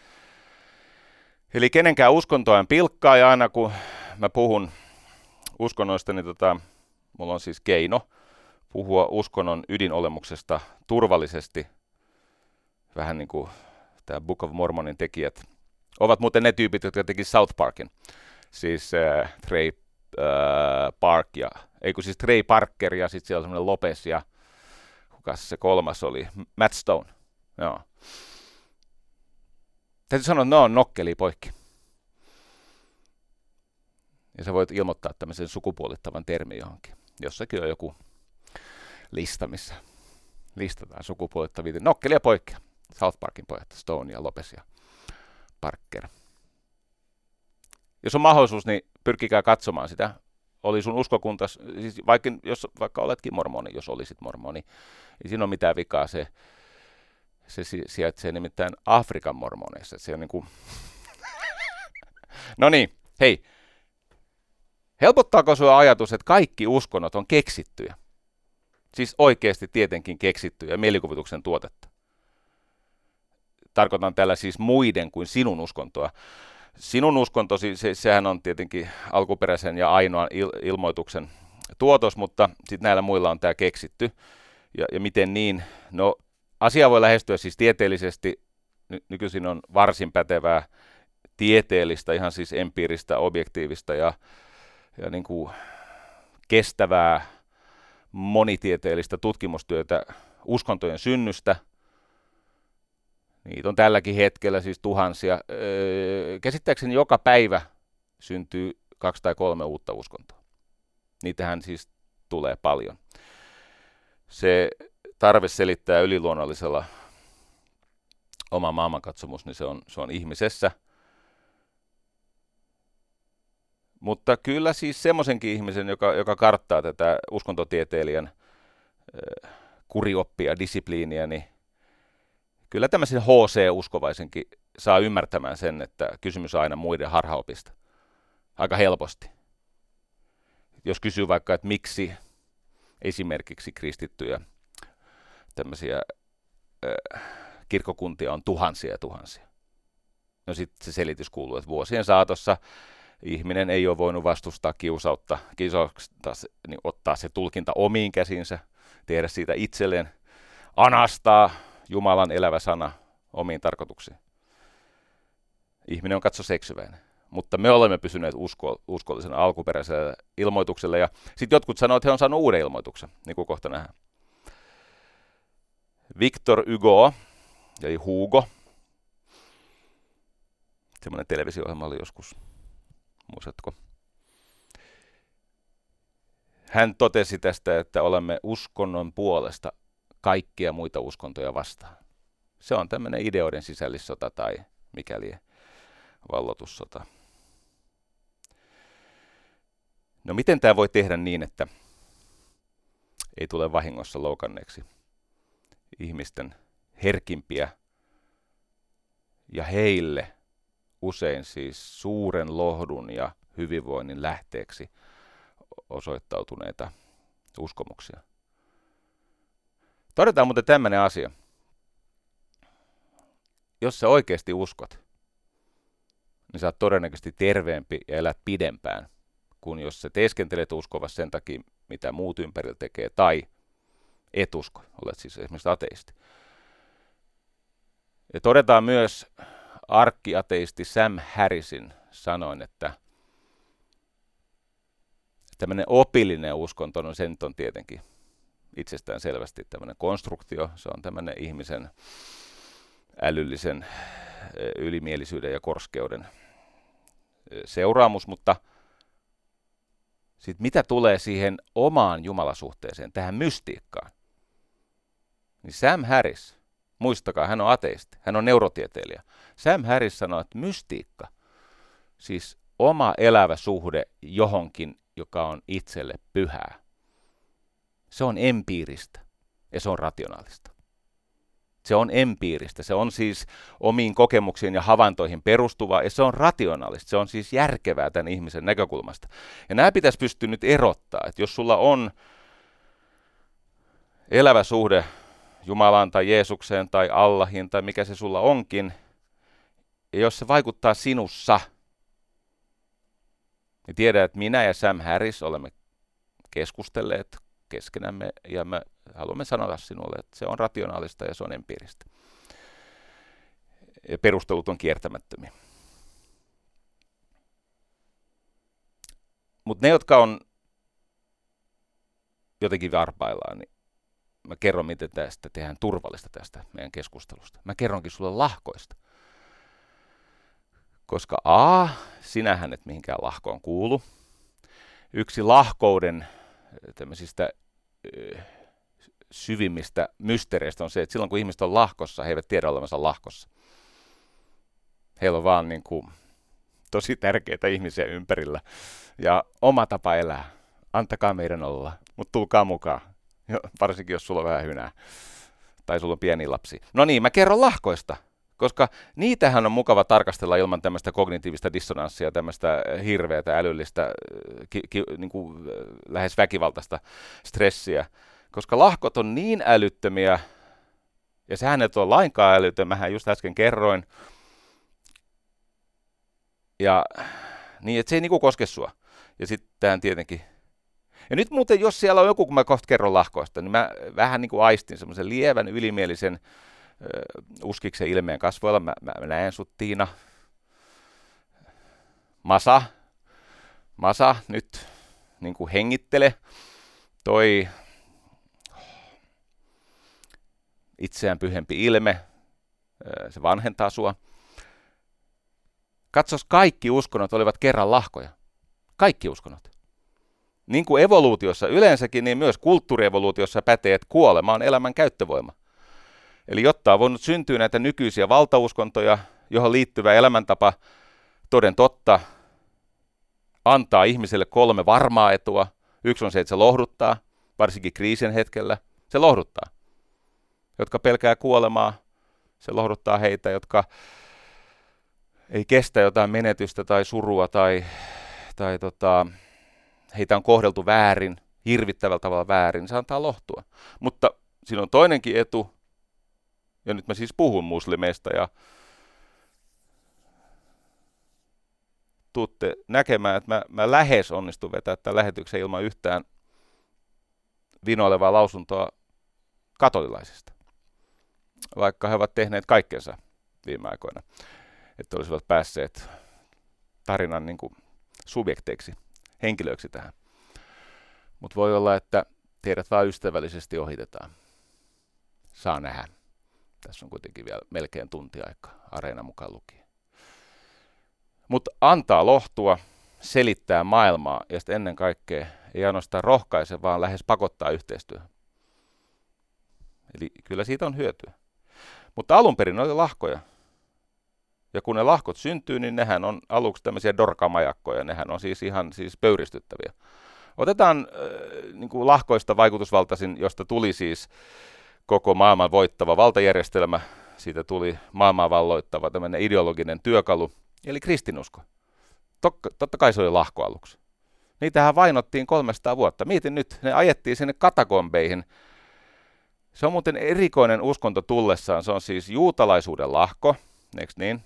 Eli kenenkään uskontoa en pilkkaa, ja aina kun mä puhun uskonnoista, niin tota, mulla on siis keino puhua uskonnon ydinolemuksesta turvallisesti. Vähän niin kuin tämä Book of Mormonin tekijät ovat muuten ne tyypit, jotka teki South Parkin. Siis äh, Trey äh, Park ja, ei kun siis Trey Parker ja sitten siellä on semmoinen Lopez ja kuka se kolmas oli? Matt Stone. Joo. Täytyy sanoa, että ne on nokkeli poikki. Ja sä voit ilmoittaa tämmöisen sukupuolittavan termin johonkin. Jossakin on joku lista, missä listataan sukupuolittavia. Nokkeli ja poikki. South Parkin pojat, Stone ja Lopez ja Parker. Jos on mahdollisuus, niin pyrkikää katsomaan sitä. Oli sun uskokunta, siis vaikka, jos, vaikka oletkin mormoni, jos olisit mormoni, ei siinä ole mitään vikaa. Se, se sijaitsee nimittäin Afrikan mormoneissa. Se on niin kuin no niin, hei. Helpottaako sinua ajatus, että kaikki uskonnot on keksittyjä? Siis oikeasti tietenkin keksittyjä mielikuvituksen tuotetta. Tarkoitan tällä siis muiden kuin sinun uskontoa. Sinun uskontosi, se, sehän on tietenkin alkuperäisen ja ainoan il, ilmoituksen tuotos, mutta sitten näillä muilla on tämä keksitty. Ja, ja miten niin? No, asia voi lähestyä siis tieteellisesti. Ny, nykyisin on varsin pätevää tieteellistä, ihan siis empiiristä, objektiivista ja, ja niin kuin kestävää monitieteellistä tutkimustyötä uskontojen synnystä. Niitä on tälläkin hetkellä siis tuhansia. Öö, käsittääkseni joka päivä syntyy kaksi tai kolme uutta uskontoa. Niitähän siis tulee paljon. Se tarve selittää yliluonnollisella oma maailmankatsomus, niin se on, se on ihmisessä. Mutta kyllä siis semmoisenkin ihmisen, joka, joka karttaa tätä uskontotieteilijän äh, kurioppia, disipliiniä, niin kyllä tämmöisen H C-uskovaisenkin saa ymmärtämään sen, että kysymys on aina muiden harhaopista. Aika helposti. Jos kysyy vaikka, että miksi esimerkiksi kristittyjä tämmöisiä äh, kirkkokuntia on tuhansia ja tuhansia. No sitten se selitys kuuluu, että vuosien saatossa ihminen ei ole voinut vastustaa kiusautta, kiusautta niin ottaa se tulkinta omiin käsinsä, tehdä siitä itselleen, anastaa Jumalan elävä sana omiin tarkoituksiin. Ihminen on katso seksyväinen, mutta me olemme pysyneet usko, uskollisena alkuperäisellä ilmoituksella. Ja sitten jotkut sanoo, että he on saanut uuden ilmoituksen, niin kuin kohta nähdään. Victor Hugo, eli Hugo, semmoinen televisio-ohjelma oli joskus, muistatko? Hän totesi tästä, että olemme uskonnon puolesta kaikkia muita uskontoja vastaan. Se on tämmöinen ideoiden sisällissota tai mikäli vallotussota. No miten tämä voi tehdä niin, että ei tule vahingossa loukanneeksi ihmisten herkimpiä ja heille usein siis suuren lohdun ja hyvinvoinnin lähteeksi osoittautuneita uskomuksia? Todetaan muuten tämmöinen asia. Jos sä oikeasti uskot, niin sä oot todennäköisesti terveempi ja elät pidempään, kuin jos sä teeskentelet uskovassa sen takia, mitä muut ympärillä tekee, tai et usko, olet siis esimerkiksi ateisti. Ja todetaan myös arkkiateisti Sam Harrisin sanoin, että tämmöinen opillinen uskonto, no se nyt on tietenkin itsestään selvästi tämmöinen konstruktio, se on tämmöinen ihmisen älyllisen ylimielisyyden ja korskeuden seuraamus, mutta sitten mitä tulee siihen omaan jumalasuhteeseen, tähän mystiikkaan, niin Sam Harris, muistakaa, hän on ateisti, hän on neurotieteilijä. Sam Harris sanoo, että mystiikka, siis oma elävä suhde johonkin, joka on itselle pyhää, se on empiiristä ja se on rationaalista. Se on empiiristä, se on siis omiin kokemuksiin ja havaintoihin perustuva ja se on rationaalista, se on siis järkevää tämän ihmisen näkökulmasta. Ja nämä pitäisi pystyä nyt erottaa, että jos sulla on elävä suhde Jumalaan tai Jeesukseen tai Allahin tai mikä se sulla onkin, ja jos se vaikuttaa sinussa, niin tiedä, että minä ja Sam Harris olemme keskustelleet keskenämme ja me haluamme sanoa sinulle, että se on rationaalista ja se on empiiristä. Ja perustelut on kiertämättömiä. Mutta ne, jotka on jotenkin varpaillaan, niin mä kerron, miten tästä tehdään turvallista tästä meidän keskustelusta. Mä kerronkin sulle lahkoista. Koska A, sinähän et mihinkään lahkoon kuulu. Yksi lahkouden tämmöisistä ö, syvimmistä mysteereistä on se, että silloin kun ihmiset on lahkossa, he eivät tiedä olevansa lahkossa. Heillä on vaan niin kuin tosi tärkeitä ihmisiä ympärillä ja oma tapa elää. Antakaa meidän olla, mutta tulkaa mukaan, varsinkin jos sulla on vähän hynää tai sulla on pieni lapsi. No niin, mä kerron lahkoista, koska niitähän on mukava tarkastella ilman tämmöistä kognitiivista dissonanssia, tämmöistä hirveätä älyllistä, ki, ki, niin kuin lähes väkivaltaista stressiä, koska lahkot on niin älyttömiä, ja sehän ei ole lainkaan älytön, mähän just äsken kerroin, ja niin, että se ei niinku koske sua. Ja sitten tähän tietenkin. Ja nyt muuten, jos siellä on joku, kun mä kohta kerron lahkoista, niin mä vähän niin kuin aistin semmoisen lievän, ylimielisen ö, uskiksen ilmeen kasvoilla. Mä, mä näen sut, Tiina. Masa. Masa, nyt niin kuin hengittele. Toi itseään pyhempi ilme, ö, se vanhentaa sua. Katsos, kaikki uskonnot olivat kerran lahkoja. Kaikki uskonnot. Niin kuin evoluutiossa yleensäkin, niin myös kulttuurievoluutiossa pätee, että kuolema on elämän käyttövoima. Eli jotta on voinut syntyä näitä nykyisiä valtauskontoja, johon liittyvä elämäntapa toden totta antaa ihmiselle kolme varmaa etua. Yksi on se, että se lohduttaa, varsinkin kriisin hetkellä. Se lohduttaa. Jotka pelkää kuolemaa, se lohduttaa heitä, jotka ei kestä jotain menetystä tai surua tai, tai tota, heitä on kohdeltu väärin, hirvittävällä tavalla väärin, se antaa lohtua. Mutta siinä on toinenkin etu, ja nyt mä siis puhun muslimeista, ja tuutte näkemään, että mä, mä lähes onnistun vetää tämän lähetyksen ilman yhtään vinoilevaa lausuntoa katolilaisista, vaikka he ovat tehneet kaikkensa viime aikoina, että olisivat päässeet tarinan niin kuin subjekteiksi, henkilöiksi tähän. Mutta voi olla, että teidät vaan ystävällisesti ohitetaan. Saa nähdä. Tässä on kuitenkin vielä melkein tunti aikaa, Areena mukaan lukien. Mutta antaa lohtua, selittää maailmaa ja sitten ennen kaikkea ei ainoastaan rohkaise, vaan lähes pakottaa yhteistyöhön. Eli kyllä siitä on hyötyä. Mutta alun perin ne oli lahkoja. Ja kun ne lahkot syntyy, niin nehän on aluksi tämmöisiä dorkamajakkoja. Nehän on siis ihan siis pöyristyttäviä. Otetaan äh, niin kuin lahkoista vaikutusvaltaisin, josta tuli siis koko maailman voittava valtajärjestelmä. Siitä tuli maailmaa valloittava tämmöinen ideologinen työkalu, eli kristinusko. Tokka, totta kai se oli lahko aluksi. Niitähän vainottiin kolmesataa vuotta. Mietin nyt, ne ajettiin sinne katakombeihin. Se on muuten erikoinen uskonto tullessaan. Se on siis juutalaisuuden lahko, eikö niin?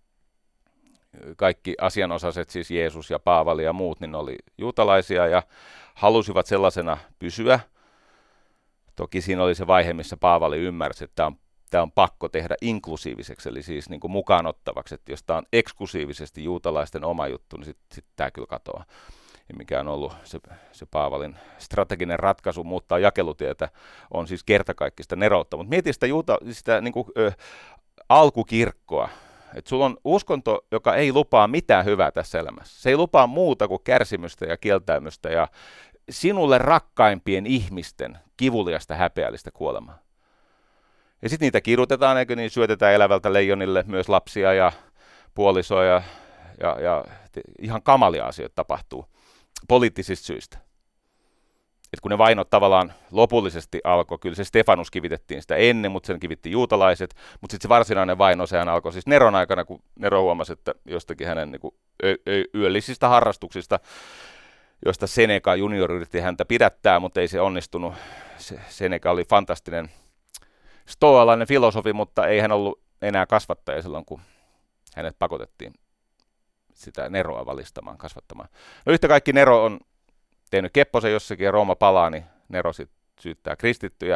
Kaikki asianosaiset, siis Jeesus ja Paavali ja muut, niin oli juutalaisia ja halusivat sellaisena pysyä. Toki siinä oli se vaihe, missä Paavali ymmärsi, että tämä on, tämä on pakko tehdä inklusiiviseksi, eli siis niin kuin mukaanottavaksi, että jos tämä on eksklusiivisesti juutalaisten oma juttu, niin sitten sit tämä kyllä katoaa. Ja mikä on ollut se, se Paavalin strateginen ratkaisu muuttaa jakelutietä, on siis kertakaikkista neroutta. Mutta mieti sitä, juuta, sitä niin kuin, ö, alkukirkkoa, että sulla on uskonto, joka ei lupaa mitään hyvää tässä elämässä. Se ei lupaa muuta kuin kärsimystä ja kieltäymystä ja sinulle rakkaimpien ihmisten kivuliasta häpeällistä kuolemaa. Ja sitten niitä kidutetaan, eikö niin, syötetään elävältä leijonille myös lapsia ja puolisoja ja, ja ihan kamalia asioita tapahtuu poliittisista syistä. Et kun ne vainot tavallaan lopullisesti alkoi, kyllä se Stefanus kivitettiin sitä ennen, mutta sen kivitti juutalaiset, mutta sitten se varsinainen vaino, sehän alkoi siis Neron aikana, kun Nero huomasi, että jostakin hänen niin kuin, ö, ö, yöllisistä harrastuksista, josta Seneca junior yritti häntä pidättää, mutta ei se onnistunut. Se, Seneca oli fantastinen stoalainen filosofi, mutta ei hän ollut enää kasvattaja silloin, kun hänet pakotettiin sitä Neroa valistamaan, kasvattamaan. No yhtä kaikki Nero on tehnyt kepposen jossakin ja Rooma palaa, niin Nero sit syyttää kristittyjä.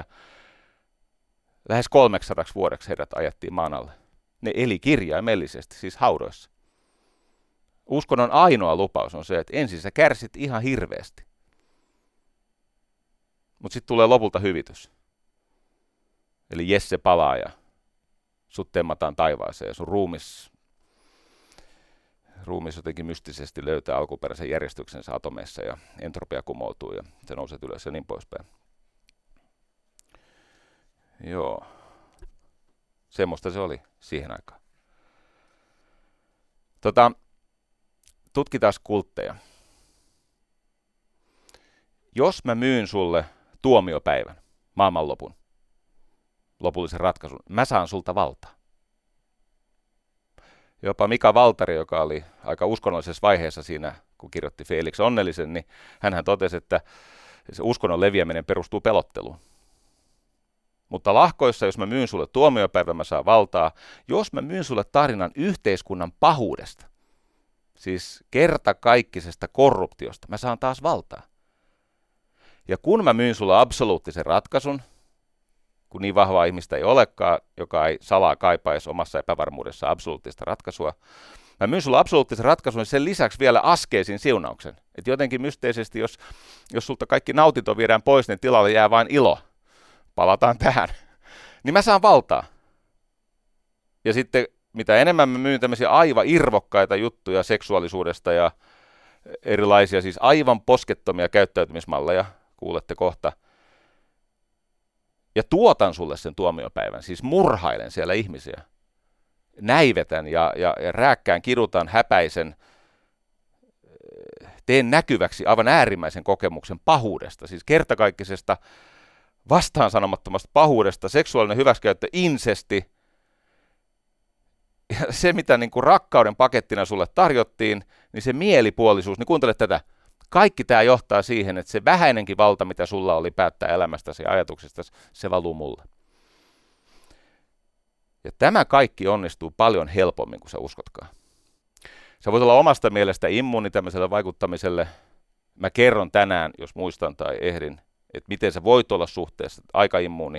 Lähes kolmeksadaksi vuodeksi heidät ajettiin maan alle. Ne eli kirjaimellisesti, siis haudoissa. Uskonnon ainoa lupaus on se, että ensin sä kärsit ihan hirveästi. Mutta sitten tulee lopulta hyvitys. Eli Jesse palaa ja sut temmataan taivaaseen ja sun ruumis, ruumis jotenkin mystisesti löytää alkuperäisen järjestyksensä atomeissa ja entropia kumoutuu ja se nousee ylös ja niin poispäin. Joo. Semmoista se oli siihen aikaan. Tota, tutkitaan kultteja. Jos mä myyn sulle tuomiopäivän, maailmanlopun, lopullisen ratkaisun, mä saan sulta valtaa. Jopa Mika Valtari, joka oli aika uskonnollisessa vaiheessa siinä, kun kirjoitti Felix Onnellisen, niin hänhän totesi, että se uskonnon leviäminen perustuu pelotteluun. Mutta lahkoissa, jos mä myyn sulle tuomiopäivän, mä saan valtaa. Jos mä myyn sulle tarinan yhteiskunnan pahuudesta, siis kertakaikkisesta korruptiosta, mä saan taas valtaa. Ja kun mä myyn sulle absoluuttisen ratkaisun, kun niin vahvaa ihmistä ei olekaan, joka ei salaa kaipaisi omassa epävarmuudessa absoluuttista ratkaisua, mä myyn sulle absoluuttisen ratkaisun ja sen lisäksi vielä askeisin siunauksen. Että jotenkin mysteisesti, jos, jos sulta kaikki nautinto viedään pois, niin tilalle jää vain ilo. Palataan tähän. Niin mä saan valtaa. Ja sitten mitä enemmän mä myyn tämmöisiä aivan irvokkaita juttuja seksuaalisuudesta ja erilaisia siis aivan poskettomia käyttäytymismalleja, kuulette kohta, ja tuotan sulle sen tuomiopäivän, siis murhailen siellä ihmisiä, näivetän ja, ja, ja rääkkään, kidutan, häpäisen, teen näkyväksi aivan äärimmäisen kokemuksen pahuudesta, siis kertakaikkisesta vastaansanomattomasta pahuudesta, seksuaalinen hyväksikäyttö, insesti, ja se mitä niin kuin rakkauden pakettina sulle tarjottiin, niin se mielipuolisuus, niin kuuntele tätä, kaikki tämä johtaa siihen, että se vähäinenkin valta, mitä sulla oli päättää elämästäsi ja ajatuksistasi, se valuu mulle. Ja tämä kaikki onnistuu paljon helpommin kuin sä uskotkaan. Sä voit olla omasta mielestä immuuni tämmöiselle vaikuttamiselle. Mä kerron tänään, jos muistan tai ehdin, että miten sä voit olla suhteessa aika immuuni.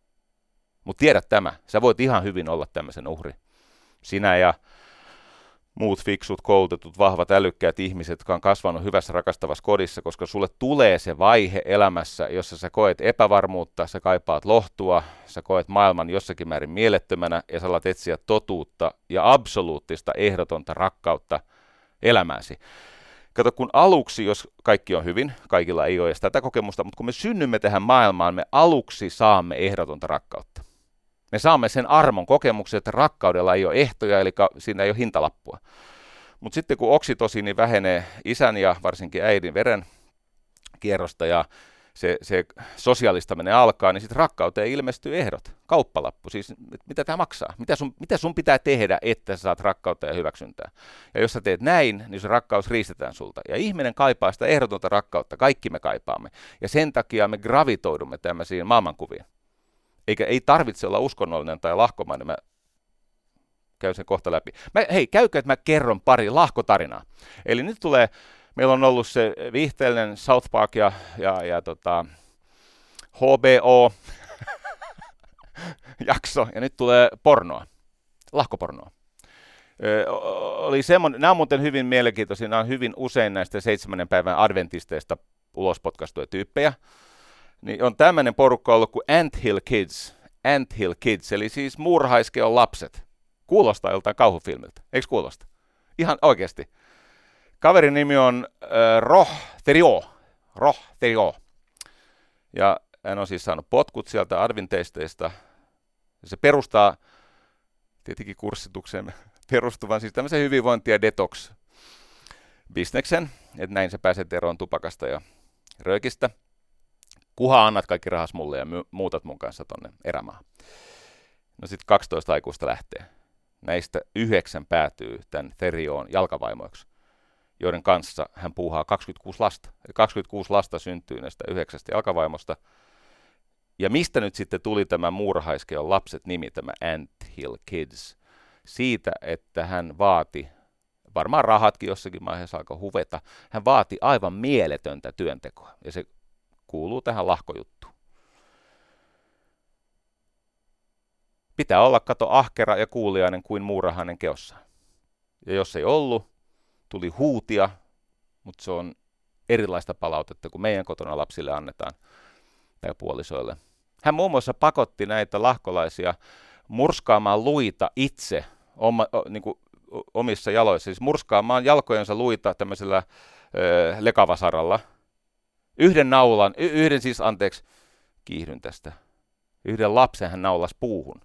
Mutta tiedät tämä, sä voit ihan hyvin olla tämmöisen uhri. Sinä ja muut fiksut, koulutetut, vahvat, älykkäät ihmiset, jotka on kasvanut hyvässä rakastavassa kodissa, koska sulle tulee se vaihe elämässä, jossa sä koet epävarmuutta, sä kaipaat lohtua, sä koet maailman jossakin määrin mielettömänä ja sä alat etsiä totuutta ja absoluuttista ehdotonta rakkautta elämääsi. Kato, kun aluksi, jos kaikki on hyvin, kaikilla ei ole edes tätä kokemusta, mutta kun me synnymme tähän maailmaan, me aluksi saamme ehdotonta rakkautta. Me saamme sen armon kokemuksen, että rakkaudella ei ole ehtoja, eli siinä ei ole hintalappua. Mutta sitten kun oksitosiini vähenee isän ja varsinkin äidin veren kierrosta ja se, se sosiaalistaminen alkaa, niin sitten rakkauteen ilmestyy ehdot, kauppalappu. Siis mitä tämä maksaa? Mitä sun, mitä sun pitää tehdä, että sä saat rakkautta ja hyväksyntää? Ja jos sä teet näin, niin se rakkaus riistetään sulta. Ja ihminen kaipaa sitä ehdotonta rakkautta, kaikki me kaipaamme. Ja sen takia me gravitoidumme tämmöisiin maailmankuviin. Eikä ei tarvitse olla uskonnollinen tai lahkomainen, mä käyn sen kohta läpi. Mä, hei, käykö, että mä kerron pari lahkotarinaa. Eli nyt tulee, meillä on ollut se viihteellinen South Park ja, ja, ja tota, H B O jakso, ja nyt tulee pornoa, lahkopornoa. Ö, oli semmoinen, nämä on muuten hyvin mielenkiintoisia, nämä on hyvin usein näistä seitsemännen päivän adventisteista ulospotkastuja tyyppejä. Niin on tämmöinen porukka ollut kuin Anthill Kids, Anthill Kids, eli siis muurahaiskeon lapset. Kuulostaa joltain kauhufilmiltä, eikö kuulosta? Ihan oikeasti. Kaverin nimi on äh, Roh Theriot, Roh Theriot. Ja hän on siis saanut potkut sieltä adventeisteista. Se perustaa, tietenkin kurssitukseen perustuvan, siis tämmöisen hyvinvointi- ja detox-bisneksen, että näin sä pääset eroon tupakasta ja röökistä. Kuha annat kaikki rahas mulle ja my- muutat mun kanssa tonne erämaahan. No sitten kaksitoista aikuista lähtee. Näistä yhdeksän päätyy tämän Theriotin jalkavaimoiksi, joiden kanssa hän puuhaa kaksikymmentäkuusi lasta. Eli kaksikymmentäkuusi lasta syntyy näistä yhdeksästä jalkavaimosta. Ja mistä nyt sitten tuli tämä muurahaiskeon lapset nimi, tämä Anthill Kids? Siitä, että hän vaati, varmaan rahatkin jossakin vaiheessa alkoi huveta, hän vaati aivan mieletöntä työntekoa. Ja se kuuluu tähän lahkojuttuun. Pitää olla, kato, ahkera ja kuuliainen kuin muurahainen keossaan. Ja jos ei ollut, tuli huutia, mutta se on erilaista palautetta kuin meidän kotona lapsille annetaan tai puolisoille. Hän muun muassa pakotti näitä lahkolaisia murskaamaan luita itse oma, o, niin kuin omissa jaloissa, siis murskaamaan jalkojensa luita tämmöisellä ö, lekavasaralla. Yhden naulan, y- yhden siis, anteeksi, kiihdyn tästä, yhden lapsen hän naulasi puuhun.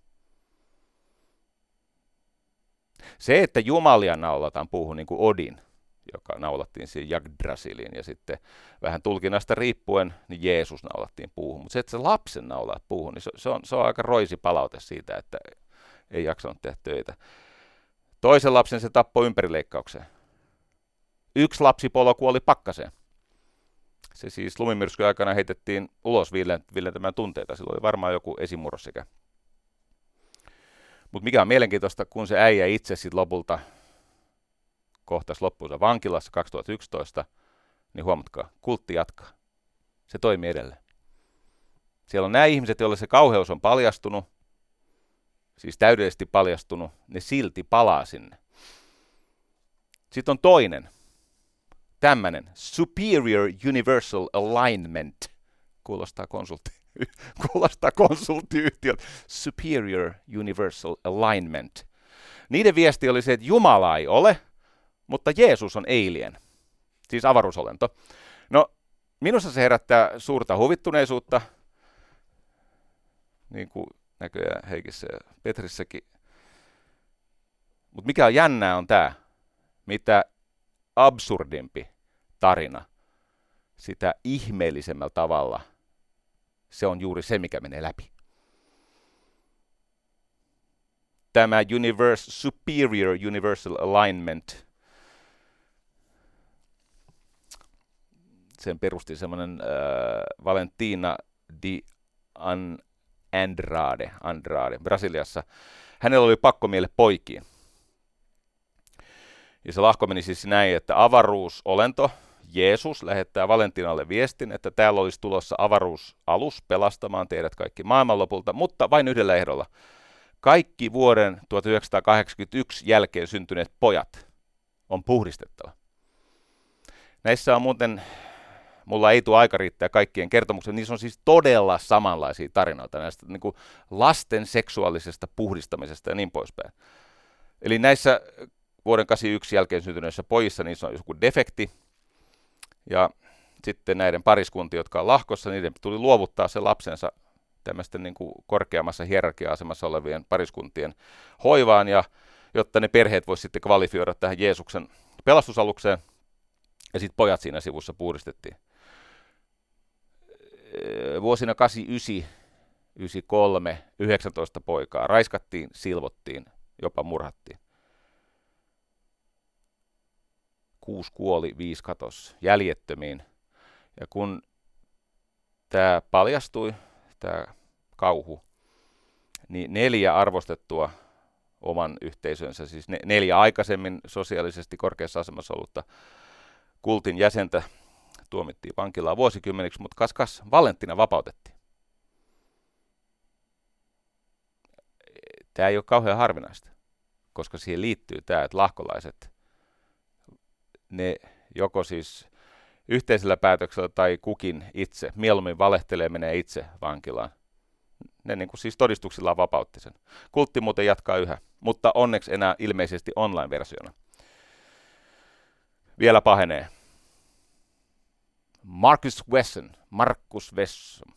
Se, että jumalia naulataan puuhun, niin kuin Odin, joka naulattiin siihen Yggdrasiliin, ja sitten vähän tulkinnasta riippuen, niin Jeesus naulattiin puuhun. Mutta se, että se lapsen naulaa puuhun, niin se, se, on, se on aika roisi palaute siitä, että ei jaksanut tehdä töitä. Toisen lapsen se tappoi ympärileikkaukseen. Yksi lapsipolo kuoli pakkaseen. Se siis lumimyrskyn aikana heitettiin ulos viilentämään tunteita. Silloin oli varmaan joku esimurros sekä. Mutta mikä on mielenkiintoista, kun se äijä itse sitten lopulta kohtasi loppuunsa vankilassa kaksituhattayksitoista, niin huomatkaa, kultti jatkaa. Se toimii edelleen. Siellä on nämä ihmiset, joille se kauheus on paljastunut, siis täydellisesti paljastunut, ne silti palaa sinne. Sitten on toinen, tämmöinen Superior Universal Alignment, kuulostaa konsultti. Kuulostaa konsulttiyhtiöltä. Superior Universal Alignment. Niiden viesti oli se, että Jumala ei ole, mutta Jeesus on alien, siis avaruusolento. No, minussa se herättää suurta huvittuneisuutta, niin kuin näköjään Heikissä ja Petrissäkin. Mutta mikä on jännää on tämä, mitä absurdimpi tarina, sitä ihmeellisemmällä tavalla se on juuri se, mikä menee läpi. Tämä universe, Superior Universal Alignment, sen perusti semmoinen äh, Valentina di An- Andrade, Andrade Brasiliassa. Hänellä oli pakkomielle poikiin. Ja se lahko meni siis näin, että avaruusolento, Jeesus, lähettää Valentinalle viestin, että täällä olisi tulossa avaruusalus pelastamaan teidät kaikki maailmanlopulta, mutta vain yhdellä ehdolla. Kaikki vuoden tuhatyhdeksänsataakahdeksankymmentäyksi jälkeen syntyneet pojat on puhdistettava. Näissä on muuten, mulla ei tule aika riittää kaikkien kertomuksia, niissä on siis todella samanlaisia tarinoita näistä niin kuin lasten seksuaalisesta puhdistamisesta ja niin poispäin. Eli näissä vuoden kahdeksankymmentäyksi jälkeen syntyneissä pojissa niissä on joku defekti, ja sitten näiden pariskuntien, jotka on lahkossa, niiden tuli luovuttaa se lapsensa tämmöisten niin kuin korkeammassa hierarkia-asemassa olevien pariskuntien hoivaan, ja jotta ne perheet voisivat sitten kvalifioida tähän Jeesuksen pelastusalukseen, ja sitten pojat siinä sivussa puhdistettiin. Vuosina kahdeksankymmentäyhdeksän, yhdeksänkymmentäkolme, yhdeksäntoista poikaa raiskattiin, silvottiin, jopa murhattiin. Kuusi kuoli, viisi katosi jäljettömiin. Ja kun tämä paljastui, tämä kauhu, niin neljä arvostettua oman yhteisönsä, siis neljä aikaisemmin sosiaalisesti korkeassa asemassa ollutta kultin jäsentä tuomittiin vankilaan vuosikymmeniksi, mutta kas kas, Valentina vapautettiin. Tämä ei ole kauhean harvinaista, koska siihen liittyy tämä, että lahkolaiset, ne joko siis yhteisellä päätöksellä tai kukin itse, mieluummin valehtelee, menee itse vankilaan. Ne niin kuin siis todistuksillaan vapautti sen. Kultti muuten jatkaa yhä, mutta onneksi enää ilmeisesti online-versiona. Vielä pahenee. Marcus Wesson, Marcus Wesson.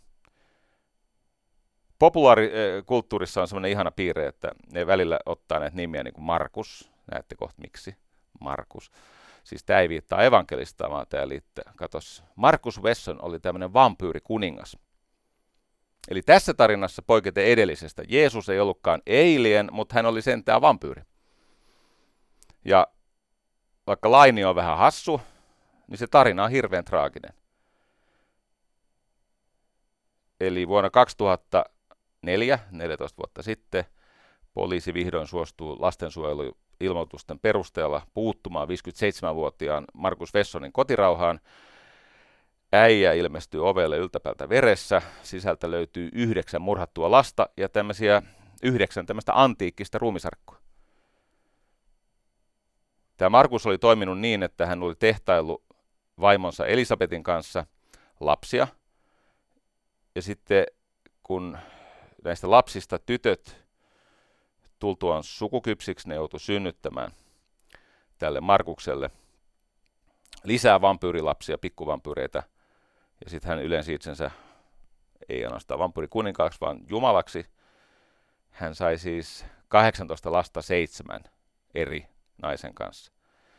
Populaarikulttuurissa on semmoinen ihana piirre, että ne välillä ottaa näitä nimiä niin kuin Markus. Näette kohta miksi. Markus. Siis tämä ei viittaa evankelista, vaan tämä liittää. Katos, Marcus Wesson oli tämmöinen vampyyrikuningas. Eli tässä tarinassa poiketen edellisestä, Jeesus ei ollutkaan alien, mutta hän oli sentään vampyyri. Ja vaikka laini on vähän hassu, niin se tarina on hirveän traaginen. Eli vuonna kaksituhattaneljä, neljätoista vuotta sitten, poliisi vihdoin suostuu lastensuojeluilmoitusten perusteella puuttumaan viisikymmentäseitsemänvuotiaan Marcus Wessonin kotirauhaan. Äijä ilmestyy ovelle yltäpäältä veressä, sisältä löytyy yhdeksän murhattua lasta ja tämmöisiä yhdeksän tämmöistä antiikkista ruumisarkkua. Tämä Markus oli toiminut niin, että hän oli tehtaillut vaimonsa Elisabetin kanssa lapsia. Ja sitten kun näistä lapsista tytöt tultuaan sukukypsiksi, ne joutui synnyttämään tälle Markukselle lisää vampyyrilapsia, pikkuvampyyreitä. Ja sitten hän ylensi itsensä ei ainoastaan vampyyrikuninkaaksi, vaan jumalaksi. Hän sai siis kahdeksantoista lasta seitsemän eri naisen kanssa.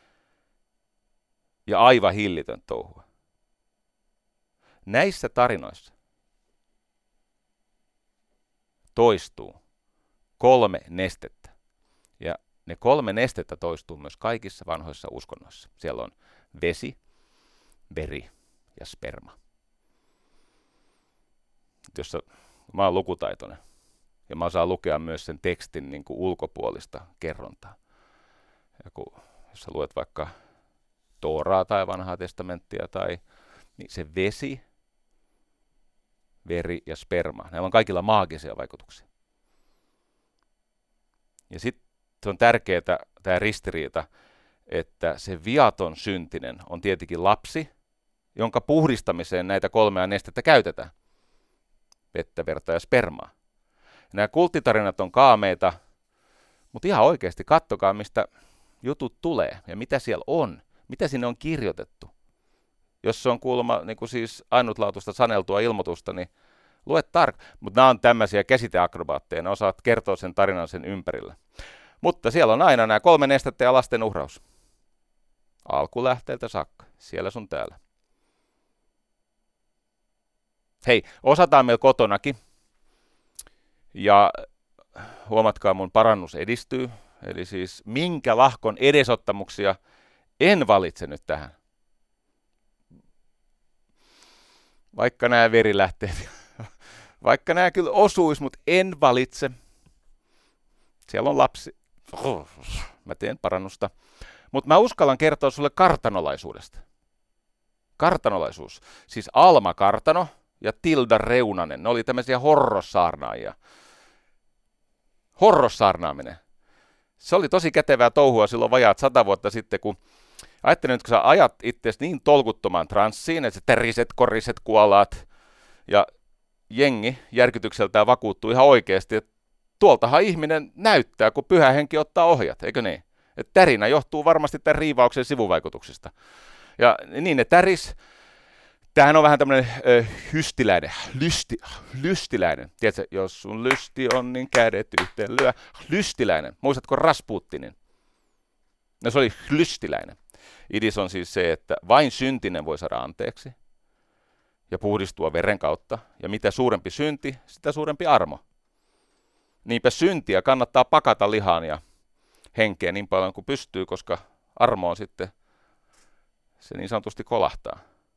Ja aivan hillitön touhua. Näissä tarinoissa toistuu kolme nestettä. Ja ne kolme nestettä toistuu myös kaikissa vanhoissa uskonnoissa. Siellä on vesi, veri ja sperma. Jos mä oon lukutaitoinen ja mä osaan lukea myös sen tekstin niin kuin ulkopuolista kerrontaa. Ja kun, jos sä luet vaikka Tooraa tai vanhaa testamenttia, tai, niin se vesi, veri ja sperma, näillä on kaikilla maagisia vaikutuksia. Ja sitten se on tärkeää tämä ristiriita, että se viaton syntinen on tietenkin lapsi, jonka puhdistamiseen näitä kolmea nestettä käytetään. Vettä, verta ja spermaa. Nämä kulttitarinat on kaameita, mutta ihan oikeasti kattokaa, mistä jutut tulee ja mitä siellä on, mitä sinne on kirjoitettu. Jos se on kuulemma niin kuin siis ainutlaatuista saneltua ilmoitusta, niin lue tarkkaan. Mutta nämä on tämmöisiä käsiteakrobaatteja, ne osaat kertoa sen tarinan sen ympärillä. Mutta siellä on aina nämä kolme nestettä ja lasten uhraus. Alkulähteeltä saakka, siellä sun täällä. Hei, osataan meillä kotonakin. Ja huomatkaa, mun parannus edistyy. Eli siis minkä lahkon edesottamuksia en valitse nyt tähän. Vaikka nämä verilähteet, vaikka nämä kyllä osuis, mutta en valitse. Siellä on lapsi. Mä teen parannusta. Mutta mä uskallan kertoa sulle kartanolaisuudesta. Kartanolaisuus. Siis Alma Kartano ja Tilda Reunanen. Ne oli tämmöisiä horrossaarnaajia. Horrossaarnaaminen. Se oli tosi kätevää touhua silloin vajaat sata vuotta sitten, kun ajattelin, että kun sä ajat itseäsi niin tolkuttomaan transsiin, että sä täriset, koriset, kuolaat, ja jengi järkytykseltään vakuuttuu ihan oikeasti, että tuoltahan ihminen näyttää, kun pyhä henki ottaa ohjat, eikö niin? Että tärinä johtuu varmasti tämän riivauksen sivuvaikutuksista. Ja niin ne täris. Tämähän on vähän tämmöinen ö, hystiläinen, lysti, lystiläinen. Tiedätkö, jos sun lysti on, niin kädet yhteen lyö. Lystiläinen. Muistatko Rasputinin? No se oli lystiläinen. Idis on siis se, että vain syntinen voi saada anteeksi ja puhdistua veren kautta. Ja mitä suurempi synti, sitä suurempi armo. Niinpä syntiä kannattaa pakata lihaan ja henkeen niin paljon kuin pystyy, koska armo on sitten, se niin sanotusti kolahtaa.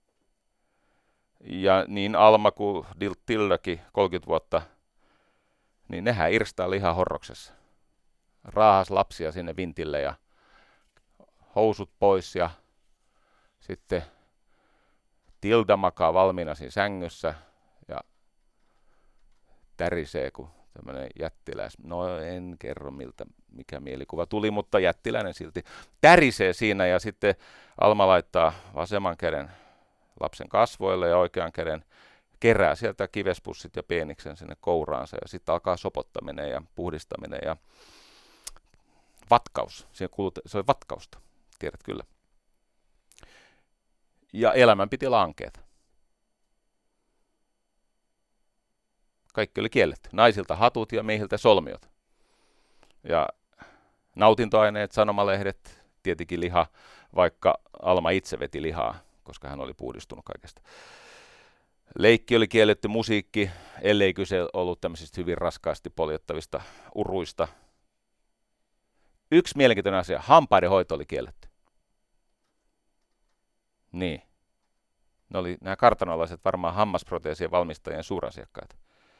Ja niin Alma kuin Tildakin kolmekymmentä vuotta, niin nehän irstaa lihaa horroksessa. Raahas lapsia sinne vintille ja housut pois ja sitten Tilda makaa valmiina siinä sängyssä ja tärisee kuin tämmöinen jättiläis. No en kerro miltä, mikä mielikuva tuli, mutta jättiläinen silti tärisee siinä ja sitten Alma laittaa vasemman käden lapsen kasvoille ja oikean käden kerää sieltä kivespussit ja peeniksen sinne kouraansa ja sitten alkaa sopottaminen ja puhdistaminen ja vatkaus. Siihen kuuluu, se oli vatkausta, tiedät kyllä. Ja elämän piti lankeeta. Kaikki oli kielletty. Naisilta hatut ja miehiltä solmiot. Ja nautintoaineet, sanomalehdet, tietenkin liha, vaikka Alma itse veti lihaa, koska hän oli puhdistunut kaikesta. Leikki oli kielletty, musiikki, ellei kyse ollut tämmöisistä hyvin raskaasti poljettavista uruista. Yksi mielenkiintoinen asia, hampaiden hoito oli kielletty. Niin. Ne oli nämä kartanolaiset varmaan hammasproteesien valmistajien suurasiakkaita.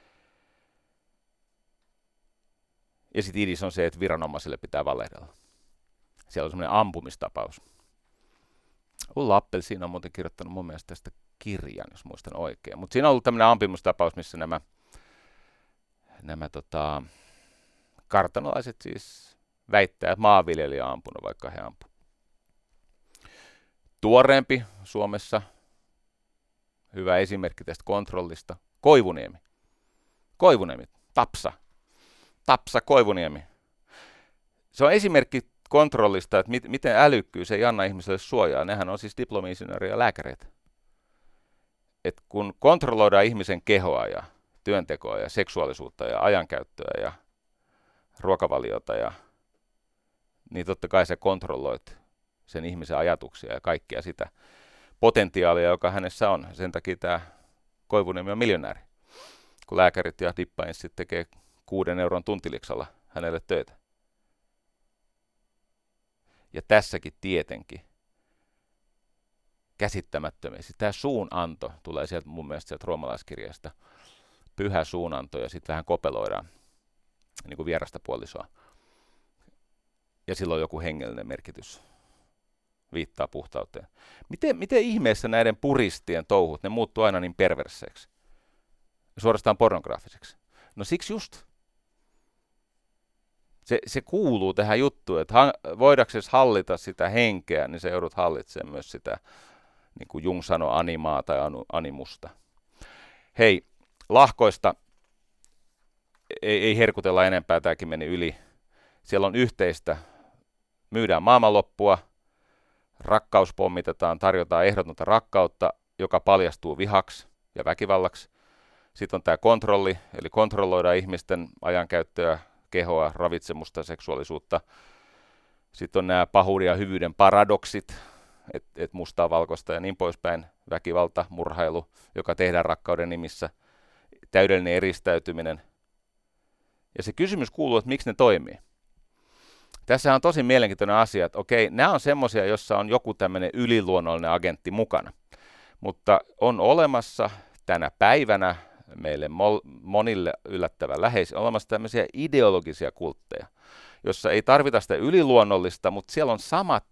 Ja sitten idis on se, että viranomaisille pitää valehdella. Siellä on semmoinen ampumistapaus. Ulla Appelsiin on muuten kirjoittanut mun mielestä tästä kirjan, jos muistan oikein. Mutta siinä on ollut tämmöinen ampumistapaus, missä nämä, nämä tota, kartanolaiset siis väittää, että maanviljelijä on ampunut, vaikka he ampu. Tuoreempi Suomessa, hyvä esimerkki tästä kontrollista, Koivuniemi. Koivuniemi, Tapsa. Tapsa, Koivuniemi. Se on esimerkki kontrollista, että mit, miten älykkyys ei anna ihmiselle suojaa. Nehän on siis diplomi-insinööriä ja lääkäreitä. Et kun kontrolloidaan ihmisen kehoa ja työntekoa ja seksuaalisuutta ja ajankäyttöä ja ruokavaliota, ja, niin totta kai sä kontrolloit sen ihmisen ajatuksia ja kaikkea sitä potentiaalia, joka hänessä on. Sen takia tämä Koivuniemi on miljonääri, kun lääkärit ja dippainsit tekee kuuden euron tuntiliksalla hänelle töitä. Ja tässäkin tietenkin käsittämättömiä. Siis tämä suunanto tulee sieltä mun mielestä sieltä roomalaiskirjasta. Pyhä suunanto ja sitten vähän kopeloidaan niin kuin vierasta puolisoa. Ja silloin joku hengellinen merkitys viittaa puhtauteen. Miten, miten ihmeessä näiden puristien touhut, ne muuttuu aina niin perverseiksi? Suorastaan pornograafiseksi. No siksi just. Se, se kuuluu tähän juttuun, että ha, voidaksesi hallita sitä henkeä, niin se joudut hallitsemaan myös sitä, niin kuin Jung sanoi, animaa tai anu, animusta. Hei, lahkoista ei, ei herkutella enempää, tämäkin meni yli. Siellä on yhteistä, myydään maailmanloppua, rakkaus pommitetaan, tarjotaan ehdotonta rakkautta, joka paljastuu vihaksi ja väkivallaksi. Sitten on tämä kontrolli, eli kontrolloidaan ihmisten ajankäyttöä, kehoa, ravitsemusta, seksuaalisuutta. Sitten on nämä pahuuden ja hyvyyden paradoksit, että et mustaa valkoista ja niin poispäin, väkivalta, murhailu, joka tehdään rakkauden nimissä, täydellinen eristäytyminen. Ja se kysymys kuuluu, että miksi ne toimii. Tässä on tosi mielenkiintoinen asia, että okei, nämä on semmoisia, jossa on joku tämmöinen yliluonnollinen agentti mukana, mutta on olemassa tänä päivänä meille monille yllättävän läheisiä, on olemassa tämmöisiä ideologisia kultteja, jossa ei tarvita sitä yliluonnollista, mutta siellä on samat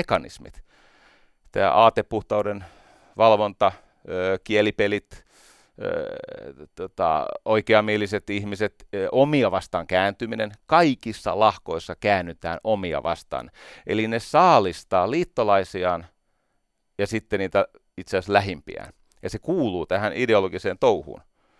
kontrollimekanismit. Tämä aatepuhtauden valvonta, kielipelit, tota, oikeamieliset ihmiset, ö, omia vastaan kääntyminen. Kaikissa lahkoissa käännytään omia vastaan. Eli ne saalistaa liittolaisiaan ja sitten niitä itse asiassa lähimpiään. Ja se kuuluu tähän ideologiseen touhuun.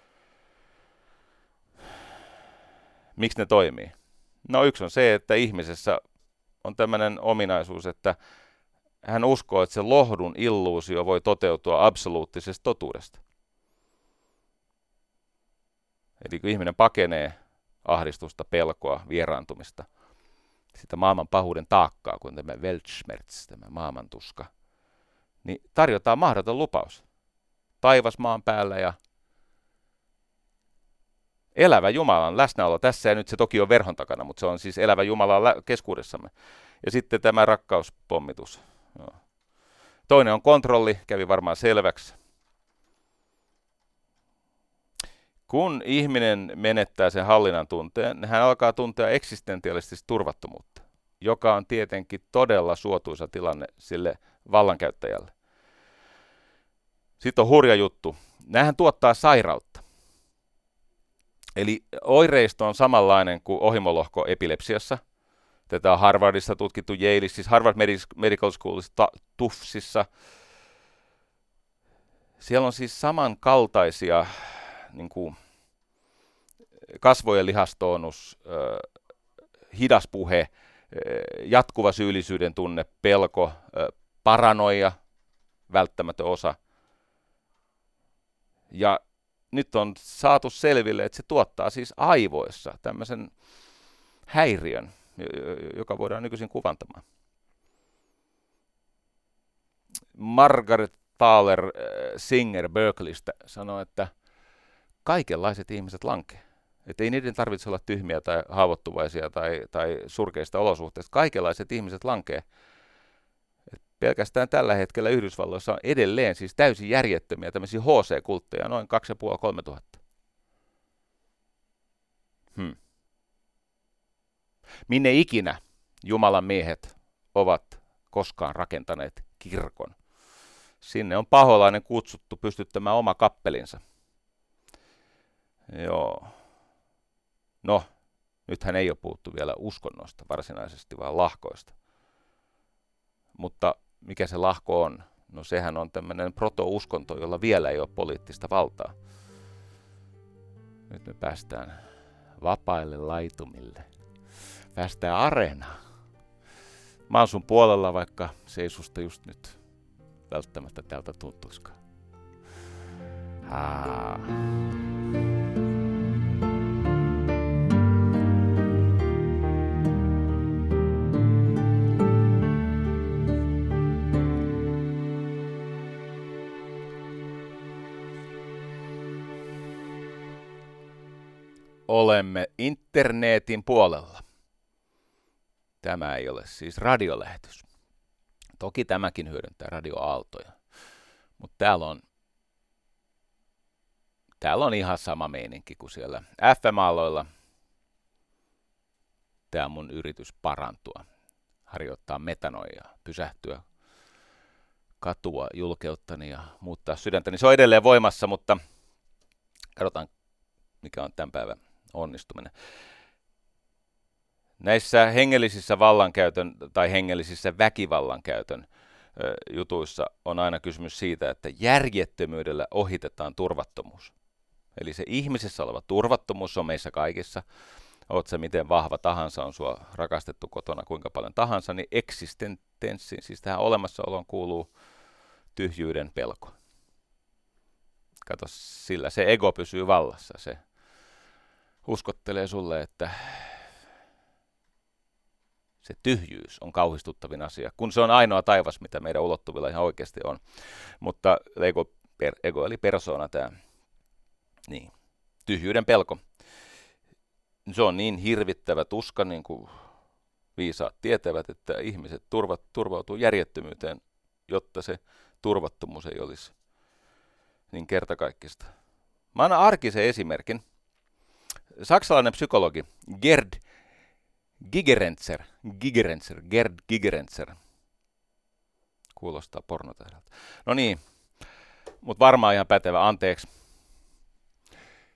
Miksi ne toimii? No yksi on se, että ihmisessä on tämmöinen ominaisuus, että hän uskoo, että se lohdun illuusio voi toteutua absoluuttisesta totuudesta. Eli kun ihminen pakenee ahdistusta, pelkoa, vieraantumista, sitä maailman pahuuden taakkaa, kuin tämä Weltschmerz, tämä maailmantuska, niin tarjotaan mahdoton lupaus. Taivas maan päällä ja elävä Jumalan läsnäolo tässä, ja nyt se toki on verhon takana, mutta se on siis elävä Jumala keskuudessamme. Ja sitten tämä rakkauspommitus. Joo. Toinen on kontrolli, kävi varmaan selväksi. Kun ihminen menettää sen hallinnan tunteen, hän alkaa tuntea eksistentiaalisesti turvattomuutta, joka on tietenkin todella suotuisa tilanne sille vallankäyttäjälle. Sitten on hurja juttu. Nämähän tuottaa sairautta. Eli oireisto on samanlainen kuin ohimolohko epilepsiassa. Tätä on Harvardissa tutkittu, Yaleissa, siis Harvard Medical Schoolissa, Tuftsissa. Siellä on siis samankaltaisia niin kuin kasvojen lihastoonus, hidas puhe, jatkuva syyllisyyden tunne, pelko, paranoia, välttämätön osa. Ja nyt on saatu selville, että se tuottaa siis aivoissa tämmöisen häiriön, joka voidaan nykyisin kuvantamaan. Margaret Thaler Singer Berkeleystä sanoi, että kaikenlaiset ihmiset lankee. Että ei niiden tarvitse olla tyhmiä tai haavoittuvaisia tai, tai surkeista olosuhteista. Kaikenlaiset ihmiset lankee. Et pelkästään tällä hetkellä Yhdysvalloissa on edelleen siis täysin järjettömiä tämmöisiä H C-kultteja, noin kaksi ja puoli kolme tuhatta. Hmm. Minne ikinä Jumalan miehet ovat koskaan rakentaneet kirkon? Sinne on paholainen kutsuttu pystyttämään oma kappelinsa. Joo. No, nythän ei ole puhuttu vielä uskonnosta varsinaisesti, vaan lahkoista. Mutta mikä se lahko on? No sehän on tämmöinen proto-uskonto, jolla vielä ei ole poliittista valtaa. Nyt me päästään vapaille laitumille. Päästään areenaan. Mä oon sun puolella, vaikka se ei susta just nyt välttämättä täältä tuntuisikaan. Haa. Olemme internetin puolella. Tämä ei ole siis radiolähetys. Toki tämäkin hyödyntää radioaaltoja. Mutta täällä on, täällä on ihan sama meininki kuin siellä F M-aloilla. Tämä on mun yritys parantua, harjoittaa metanoijaa, pysähtyä, katua julkeuttani ja muuttaa sydäntäni. Se on edelleen voimassa, mutta katsotaan mikä on tämän päivän onnistuminen. Näissä hengellisissä vallankäytön tai hengellisissä väkivallankäytön ö, jutuissa on aina kysymys siitä, että järjettömyydellä ohitetaan turvattomuus. Eli se ihmisessä oleva turvattomuus on meissä kaikissa. Oot sä miten vahva tahansa, on sua rakastettu kotona kuinka paljon tahansa, niin eksistenssiin, siis tähän olemassaoloon kuuluu tyhjyyden pelko. Kato, sillä se ego pysyy vallassa. Se uskottelee sulle, että se tyhjyys on kauhistuttavin asia, kun se on ainoa taivas, mitä meidän ulottuvilla ihan oikeasti on. Mutta ego, per, ego eli persoona tämä niin, tyhjyyden pelko. Se on niin hirvittävä tuska, niin kuin viisaat tietävät, että ihmiset turvat, turvautuu järjettömyyteen, jotta se turvattomuus ei olisi niin kertakaikkista. Mä annan arkisen esimerkin. Saksalainen psykologi Gerd Gigerenzer, Gigerenzer, Gerd Gigerenzer. Kuulostaa pornotähdeltä. No niin, mutta varmaan ihan pätevä, anteeksi.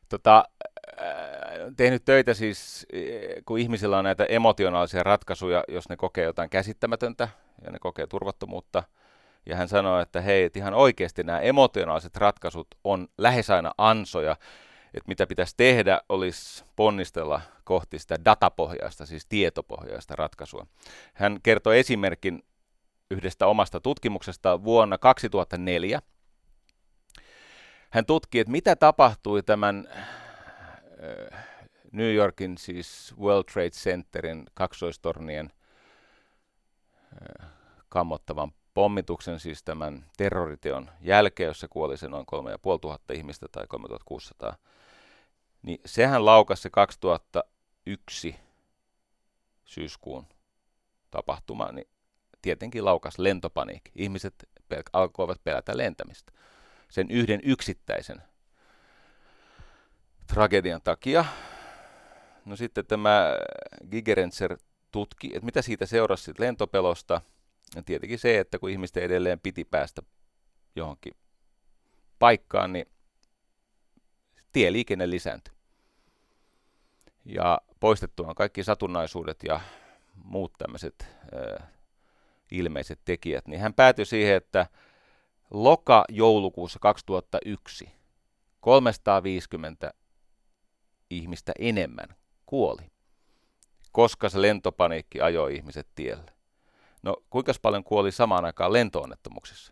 Tota, tehnyt töitä siis, kun ihmisillä on näitä emotionaalisia ratkaisuja, jos ne kokee jotain käsittämätöntä ja ne kokee turvattomuutta. Ja hän sanoi, että hei, että ihan oikeasti nämä emotionaaliset ratkaisut on lähes aina ansoja, että mitä pitäisi tehdä olisi ponnistella kohti sitä datapohjaista, siis tietopohjaista ratkaisua. Hän kertoi esimerkin yhdestä omasta tutkimuksesta vuonna kaksituhattaneljä. Hän tutki, että mitä tapahtui tämän New Yorkin, siis World Trade Centerin kaksoistornien kammottavan pommituksen, siis tämän terroriteon jälkeen, jossa kuoli se noin kolme ja puoli tuhatta ihmistä tai kolmetuhattakuusisataa. Niin sehän laukasi se kaksituhattayksi syyskuun tapahtuma, niin tietenkin laukas lentopaniikki. Ihmiset pel- alkoivat pelätä lentämistä sen yhden yksittäisen tragedian takia. No sitten tämä Gigerenzer tutki, että mitä siitä seurasi siitä lentopelosta. Ja tietenkin se, että kun ihmisten edelleen piti päästä johonkin paikkaan, niin tieliikenne lisääntyi. Ja poistettuaan kaikki satunnaisuudet ja muut tämmöiset äh, ilmeiset tekijät, niin hän päätyi siihen, että loka-joulukuussa kaksituhattayksi kolmesataaviisikymmentä ihmistä enemmän kuoli, koska se lentopaniikki ajoi ihmiset tielle. No, kuinka paljon kuoli samaan aikaan lento-onnettomuuksissa?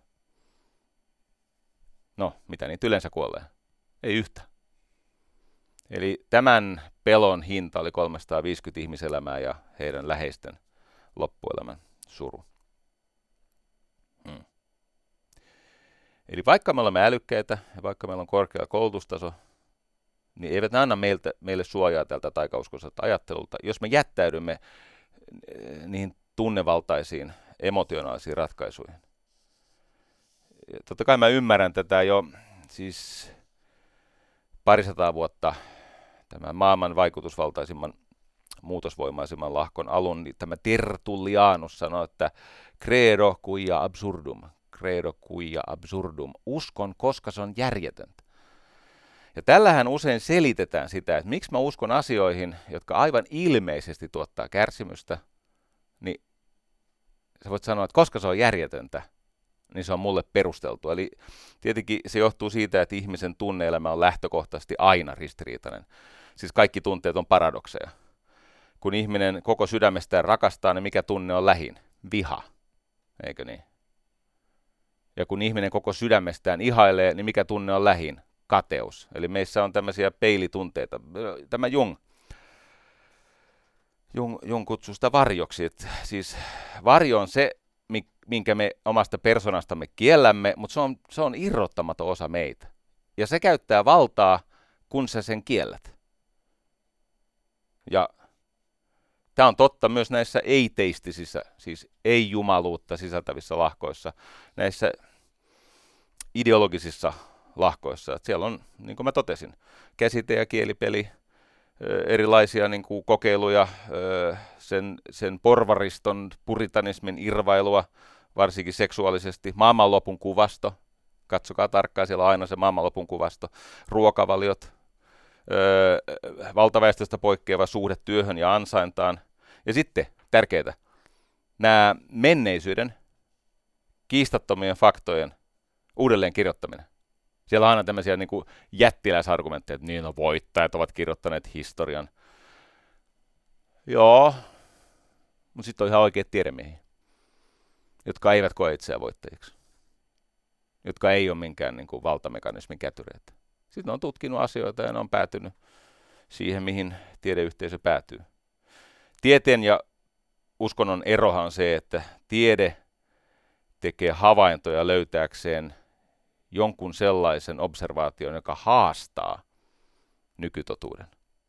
No, mitä niitä yleensä kuolee? Ei yhtä. Eli tämän pelon hinta oli kolmesataaviisikymmentä ihmiselämää ja heidän läheisten loppuelämän suru. Hmm. Eli vaikka me olemme älykkäitä ja vaikka meillä on korkea koulutustaso, niin eivät ne anna meiltä, meille suojaa tältä taikauskoiselta ajattelulta, jos me jättäydymme niihin tunnevaltaisiin, emotionaalisiin ratkaisuihin. Ja totta kai mä ymmärrän tätä jo siis parisataa vuotta tämän maailman vaikutusvaltaisimman, muutosvoimaisimman lahkon alun, niin tämä Tertullianus sanoi, että credo quia absurdum, credo quia absurdum, uskon, koska se on järjetöntä. Ja tällähän usein selitetään sitä, että miksi mä uskon asioihin, jotka aivan ilmeisesti tuottaa kärsimystä, niin sä voit sanoa, että koska se on järjetöntä, niin se on mulle perusteltu. Eli tietenkin se johtuu siitä, että ihmisen tunne-elämä on lähtökohtaisesti aina ristiriitainen. Siis kaikki tunteet on paradokseja. Kun ihminen koko sydämestään rakastaa, niin mikä tunne on lähin? Viha, eikö niin? Ja kun ihminen koko sydämestään ihailee, niin mikä tunne on lähin? Kateus. Eli meissä on tämmöisiä peilitunteita. Tämä Jung, Jung, Jung kutsuu sitä varjoksi. Et siis varjo on se, minkä me omasta persoonastamme kiellämme, mutta se on, se on irrottamaton osa meitä. Ja se käyttää valtaa, kun sä sen kiellät. Ja tämä on totta myös näissä ei-teistisissä, siis ei-jumaluutta sisältävissä lahkoissa, näissä ideologisissa lahkoissa. Et siellä on, niin kuin mä totesin, käsite- ja kielipeli, erilaisia niin kuin kokeiluja, sen, sen porvariston, puritanismin irvailua, varsinkin seksuaalisesti, maailmanlopun kuvasto, katsokaa tarkkaan, siellä on aina se maailmanlopun kuvasto, ruokavaliot, valtaväestöstä poikkeava suhde työhön ja ansaintaan, ja sitten, tärkeää, nämä menneisyyden, kiistattomien faktojen uudelleen kirjoittaminen. Siellä on aina tämmöisiä niin kuin jättiläisargumentteja, että niin on voittajat ovat kirjoittaneet historian. Joo, mutta sitten on ihan oikeat tiedemiehiä, jotka eivät koe itseään voittajiksi, jotka ei ole minkään niin kuin valtamekanismin kätyreitä. Sitten ne on tutkinut asioita ja ne on päätynyt siihen, mihin tiedeyhteisö päätyy. Tieteen ja uskonnon erohan on se, että tiede tekee havaintoja löytääkseen jonkun sellaisen observaation, joka haastaa nykytotuuden.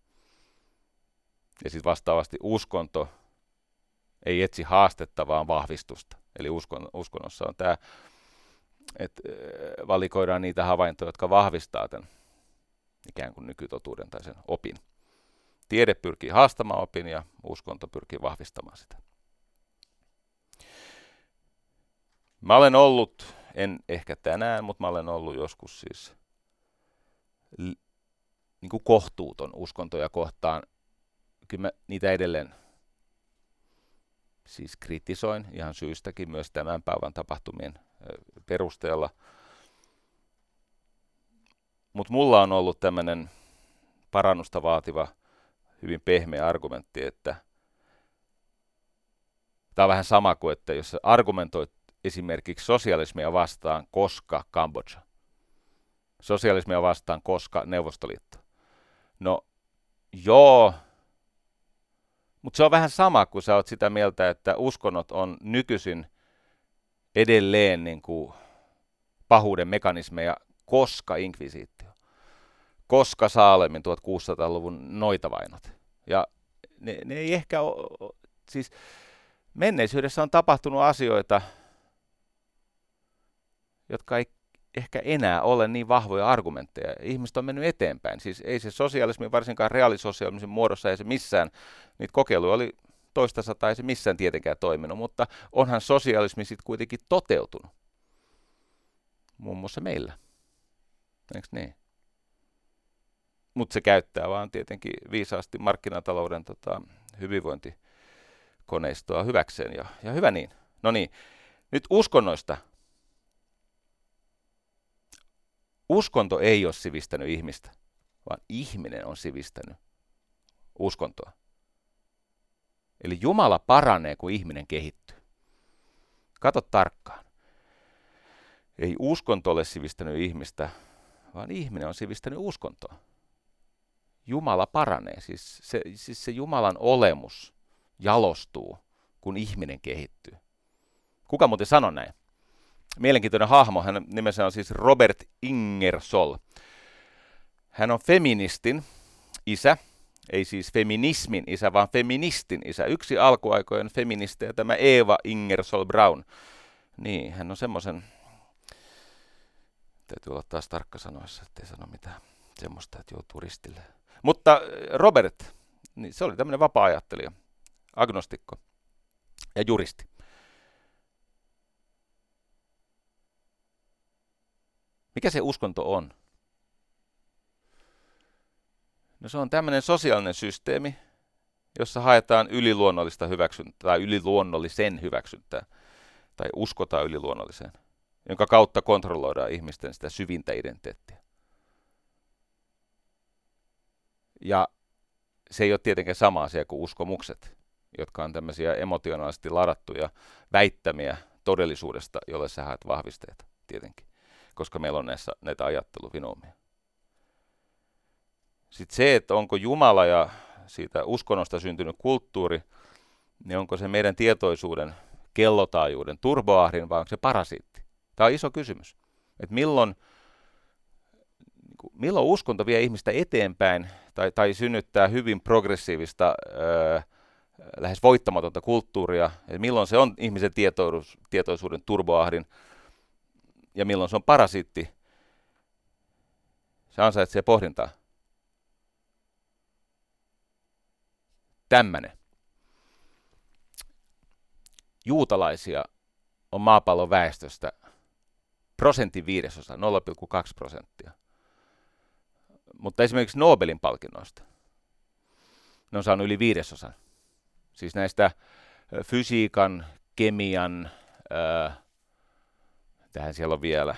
Ja sitten vastaavasti uskonto ei etsi haastetta, vaan vahvistusta. Eli uskon, uskonnossa on tämä, että valikoidaan niitä havaintoja, jotka vahvistaa tämän ikään kuin nykytotuuden tai sen opin. Tiede pyrkii haastamaan opin ja uskonto pyrkii vahvistamaan sitä. Mä olen ollut, en ehkä tänään, mutta mä olen ollut joskus siis niin kuin kohtuuton uskontoja kohtaan. Kyllä mä niitä edelleen siis kritisoin ihan syystäkin myös tämän päivän tapahtumien perusteella. Mutta mulla on ollut tämmöinen parannusta vaativa, hyvin pehmeä argumentti, että tämä on vähän sama kuin, että jos argumentoit esimerkiksi sosialismia vastaan, koska Kambodža, sosialismia vastaan, koska Neuvostoliitto. No joo, mutta se on vähän sama, kun sä oot sitä mieltä, että uskonnot on nykyisin edelleen niin kuin pahuuden mekanismeja, koska inkvisiittio, koska Saalemin tuhatkuusisataaluvun noitavainot. Ja ne, ne ei ehkä ole, siis menneisyydessä on tapahtunut asioita, jotka ei ehkä enää ole niin vahvoja argumentteja. Ihmiset on mennyt eteenpäin. Siis ei se sosialismi, varsinkaan reaalisosialismin muodossa, ei se missään, niitä kokeiluja oli toista sataa, ei se missään tietenkään toiminut, mutta onhan sosialismi sitten kuitenkin toteutunut. Muun muassa meillä. Eikö niin? Mutta se käyttää vaan tietenkin viisaasti markkinatalouden tota, hyvinvointikoneistoa hyväkseen, ja, ja hyvä niin. No niin, nyt uskonnoista. Uskonto ei ole sivistänyt ihmistä, vaan ihminen on sivistänyt uskontoa. Eli Jumala paranee, kun ihminen kehittyy. Kato tarkkaan. Ei uskonto ole sivistänyt ihmistä, vaan ihminen on sivistänyt uskontoa. Jumala paranee, siis se, siis se Jumalan olemus jalostuu, kun ihminen kehittyy. Kuka muuten sanoi näin? Mielenkiintoinen hahmo, hänen nimensä on siis Robert Ingersoll. Hän on feministin isä, ei siis feminismin isä, vaan feministin isä. Yksi alkuaikojen feministejä, tämä Eva Ingersoll Brown. Niin, hän on semmoisen, täytyy olla taas tarkka sanoissa, ettei sano mitään semmoista, että joutuu ristille. Mutta Robert, niin se oli tämmöinen vapaa-ajattelija, agnostikko ja juristi. Mikä se uskonto on? No se on tämmöinen sosiaalinen systeemi, jossa haetaan yliluonnollista hyväksyntää tai yliluonnollisen hyväksyntää tai uskotaan yliluonnolliseen, jonka kautta kontrolloidaan ihmisten sitä syvintä identiteettiä. Ja se ei ole tietenkään sama asia kuin uskomukset, jotka on tämmöisiä emotionaalisesti ladattuja väittämiä todellisuudesta, jolle sä haet vahvisteita tietenkin, koska meillä on näissä, näitä ajatteluvinoumia. Sitten se, että onko Jumala ja siitä uskonnosta syntynyt kulttuuri, niin onko se meidän tietoisuuden, kellotaajuuden, turboahdin vai onko se parasiitti? Tämä on iso kysymys. Että milloin, milloin uskonto vie ihmistä eteenpäin tai, tai synnyttää hyvin progressiivista, öö, lähes voittamatonta kulttuuria, että milloin se on ihmisen tietoisuus, tietoisuuden turboahdin ja milloin se on parasiitti, se ansaitsee pohdintaa. Tämmöinen. Juutalaisia on maapallon väestöstä prosentin viidesosa, nolla pilkku kaksi prosenttia. Mutta esimerkiksi Nobelin palkinnoista ne on saanut yli viidesosan. Siis näistä fysiikan, kemian, ää, tähän siellä on vielä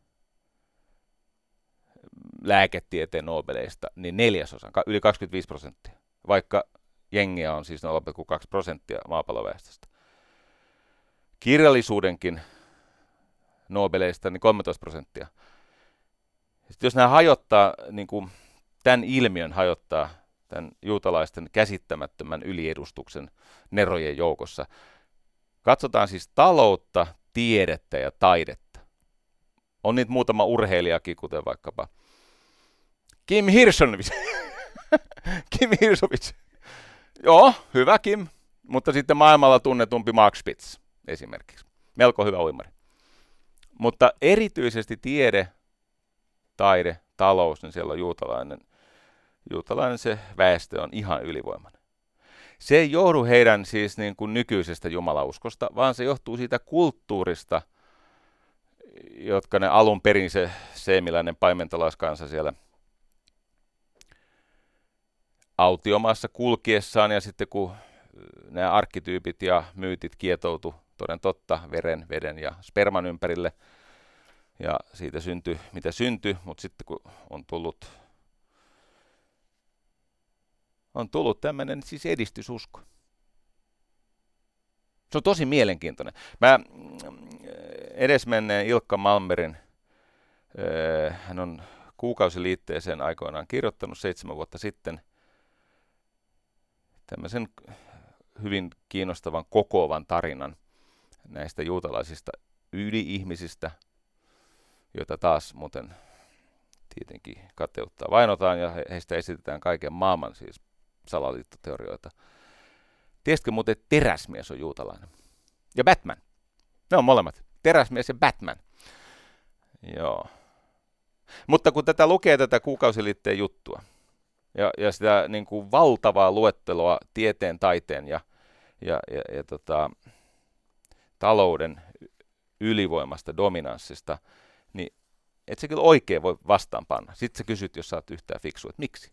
lääketieteen Nobeleista, niin neljäsosan, yli kaksikymmentäviisi prosenttia, vaikka jengiä on siis nolla pilkku kaksi prosenttia maapallon väestöstä. Kirjallisuudenkin Nobeleista niin kolmetoista prosenttia. Sitten jos nämä hajottaa, niin kuin tämän ilmiön hajottaa tämän juutalaisten käsittämättömän yliedustuksen nerojen joukossa, katsotaan siis taloutta, tiedettä ja taidetta. On niitä muutama urheilijakin, kuten vaikkapa Kim Hirsovits. Kim Hirsovits. Joo, hyvä Kim, mutta sitten maailmalla tunnetumpi Mark Spitz esimerkiksi. Melko hyvä uimari. Mutta erityisesti tiede, taide, talous, niin siellä on juutalainen, juutalainen se väestö on ihan ylivoimainen. Se ei johdu heidän siis niin kuin nykyisestä jumalauskosta, vaan se johtuu siitä kulttuurista, jotka ne alun perin se seemiläinen paimentolaiskansa siellä autiomaassa kulkiessaan, ja sitten kun nämä arkkityypit ja myytit kietoutu toden totta veren, veden ja sperman ympärille, ja siitä syntyi mitä syntyi, mutta sitten kun on tullut, on tullut tämmöinen siis edistysusko. Se on tosi mielenkiintoinen. Mä edesmenneen Ilkka Malmbergin, hän on kuukausiliitteeseen aikoinaan kirjoittanut seitsemän vuotta sitten tämmöisen hyvin kiinnostavan kokoavan tarinan näistä juutalaisista yli-ihmisistä, joita taas muuten tietenkin kateuttaa vainotaan, ja heistä esitetään kaiken maailman siis salaliittoteorioita. Tiesitkö muuten, että Teräsmies on juutalainen? Ja Batman. Ne on molemmat. Teräsmies ja Batman. Joo. Mutta kun tätä lukee, tätä kuukausiliitteen juttua, ja, ja sitä niin kuin valtavaa luetteloa tieteen, taiteen ja, ja, ja, ja tota, talouden ylivoimasta, dominanssista, niin et sä kyllä oikein voi vastaan panna. Sitten sä kysyt, jos sä oot yhtään fiksu, että miksi?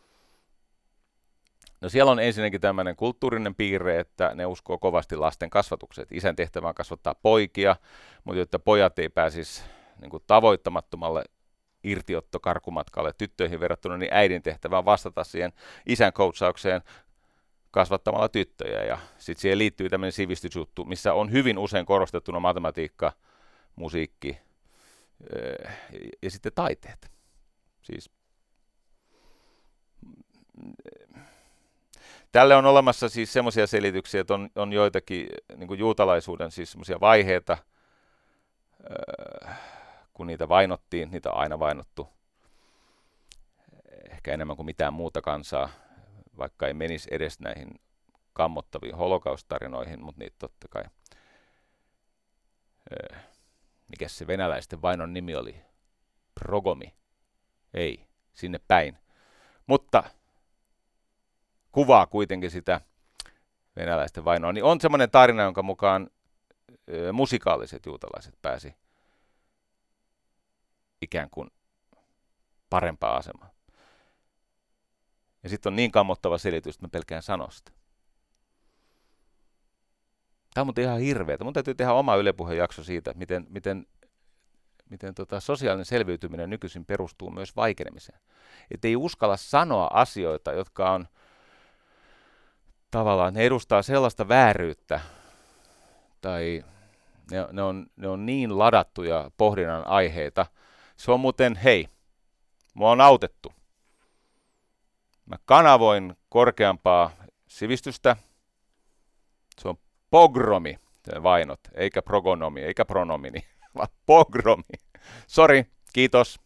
No siellä on ensinnäkin tämmöinen kulttuurinen piirre, että ne uskoo kovasti lasten kasvatukseen. Isän tehtävä on kasvattaa poikia, mutta jotta pojat ei pääsisi niin kuin tavoittamattomalle irtiottokarkumatkalle tyttöihin verrattuna, niin äidin tehtävä on vastata siihen isän coachaukseen kasvattamalla tyttöjä. Ja sitten siihen liittyy tämmöinen sivistysjuttu, missä on hyvin usein korostettuna matematiikka, musiikki ja sitten taiteet. Siis tälle on olemassa siis semmoisia selityksiä, että on, on joitakin niin kuin juutalaisuuden siis semmoisia vaiheita, kun niitä vainottiin, niitä on aina vainottu, ehkä enemmän kuin mitään muuta kansaa, vaikka ei menisi edes näihin kammottaviin holokaustarinoihin, mutta niitä totta kai. Mikäs se venäläisten vainon nimi oli? Progomi. Ei, sinne päin. Mutta kuvaa kuitenkin sitä venäläisten vainoa. Niin on semmoinen tarina, jonka mukaan ö, musikaaliset juutalaiset pääsi ikään kuin parempaa asemaa. Ja sitten on niin kammottava selitys, että mä pelkään sanoa sitä. Tämä on muuten ihan hirveetä. Mun täytyy tehdä oma Yle Puheen jakso siitä, että miten, miten, miten tota sosiaalinen selviytyminen nykyisin perustuu myös vaikenemiseen. Että ei uskalla sanoa asioita, jotka on tavallaan, ne edustaa sellaista vääryyttä, tai ne, ne, on, ne on niin ladattuja pohdinnan aiheita. Se on muuten, hei, mua on autettu. Mä kanavoin korkeampaa sivistystä. Se on pogromi, vainot, eikä progonomi, eikä pronomini, vaan pogromi. Sori, kiitos.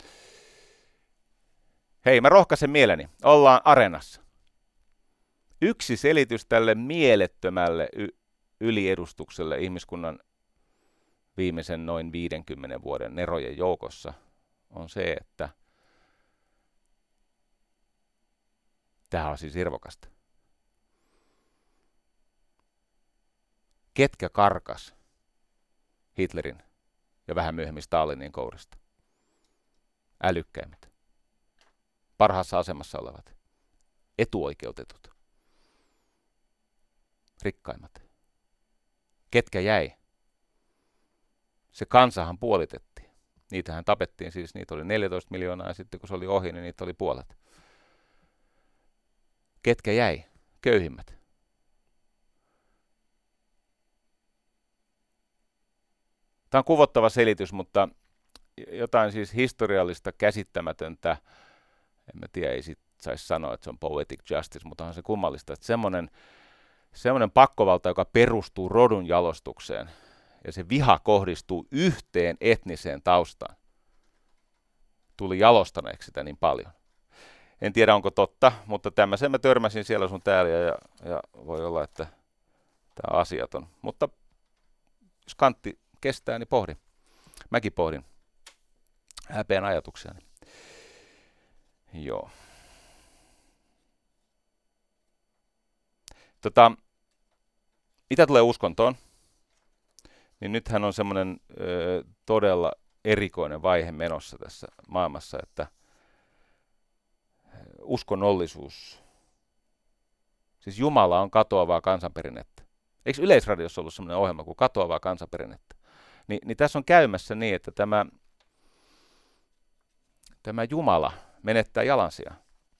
Hei, mä rohkaisen mieleni. Ollaan Areenassa. Yksi selitys tälle mielettömälle y- yliedustukselle ihmiskunnan viimeisen noin viidenkymmenen vuoden nerojen joukossa on se, että tämä on siis irvokasta. Ketkä karkas Hitlerin ja vähän myöhemmin Stalinin kourista? Älykkäimmät, parhaassa asemassa olevat, etuoikeutetut, rikkaimmat. Ketkä jäi? Se kansahan puolitettiin. Niitähän tapettiin, siis niitä oli neljätoista miljoonaa ja sitten kun se oli ohi, niin niitä oli puolet. Ketkä jäi? Köyhimmät. Tämä on kuvottava selitys, mutta jotain siis historiallista käsittämätöntä, en mä tiedä, ei sit saisi sanoa, että se on poetic justice, mutta on se kummallista, että semmoinen, semmoinen pakkovalta, joka perustuu rodun jalostukseen, ja se viha kohdistuu yhteen etniseen taustaan, tuli jalostaneeksi sitä niin paljon. En tiedä, onko totta, mutta tämmöisen mä törmäsin siellä sun täällä, ja, ja voi olla, että tämä on asiaton. Mutta jos kantti kestää, niin pohdi. Mäkin pohdin. Häpeän ajatuksiani. Joo. Tota, mitä tulee uskontoon, niin nythän on semmoinen ö, todella erikoinen vaihe menossa tässä maailmassa, että uskonnollisuus Siis Jumala on katoavaa kansanperinnettä. Eikö Yleisradiossa ollut sellainen ohjelma kuin katoavaa kansanperinnettä? Ni, niin tässä on käymässä niin, että tämä, tämä Jumala menettää jalansijaa.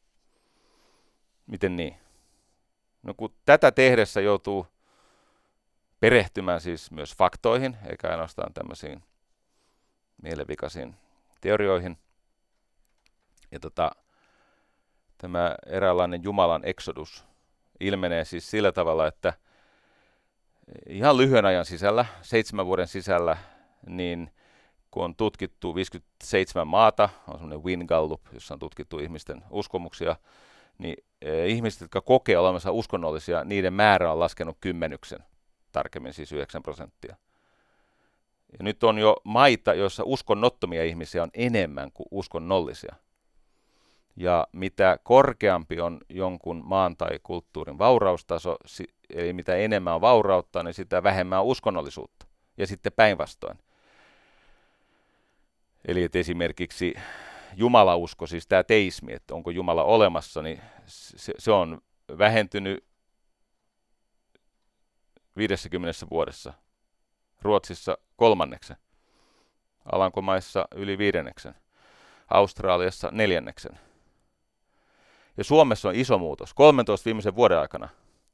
Miten niin? No kun tätä tehdessä joutuu perehtymään siis myös faktoihin, eikä ainoastaan tämmöisiin mielenvikaisiin teorioihin. Ja tota, tämä eräänlainen Jumalan eksodus ilmenee siis sillä tavalla, että ihan lyhyen ajan sisällä, seitsemän vuoden sisällä, niin kun on tutkittu viisikymmentäseitsemän maata, on semmoinen Win Gallup, jossa on tutkittu ihmisten uskomuksia, niin eh, ihmiset, jotka kokee olevansa uskonnollisia, niiden määrä on laskenut kymmenyksen, tarkemmin siis yhdeksän prosenttia. Ja nyt on jo maita, joissa uskonnottomia ihmisiä on enemmän kuin uskonnollisia. Ja mitä korkeampi on jonkun maan tai kulttuurin vauraustaso, eli mitä enemmän on vaurautta, niin sitä vähemmän on uskonnollisuutta. Ja sitten päinvastoin. Eli että esimerkiksi jumalausko, siis tämä teismi, että onko Jumala olemassa, niin se, se on vähentynyt viidessäkymmenessä vuodessa. Ruotsissa kolmanneksen, Alankomaissa yli viidenneksen, Australiassa neljänneksen. Ja Suomessa on iso muutos. kolmentoista viimeisen vuoden aikana.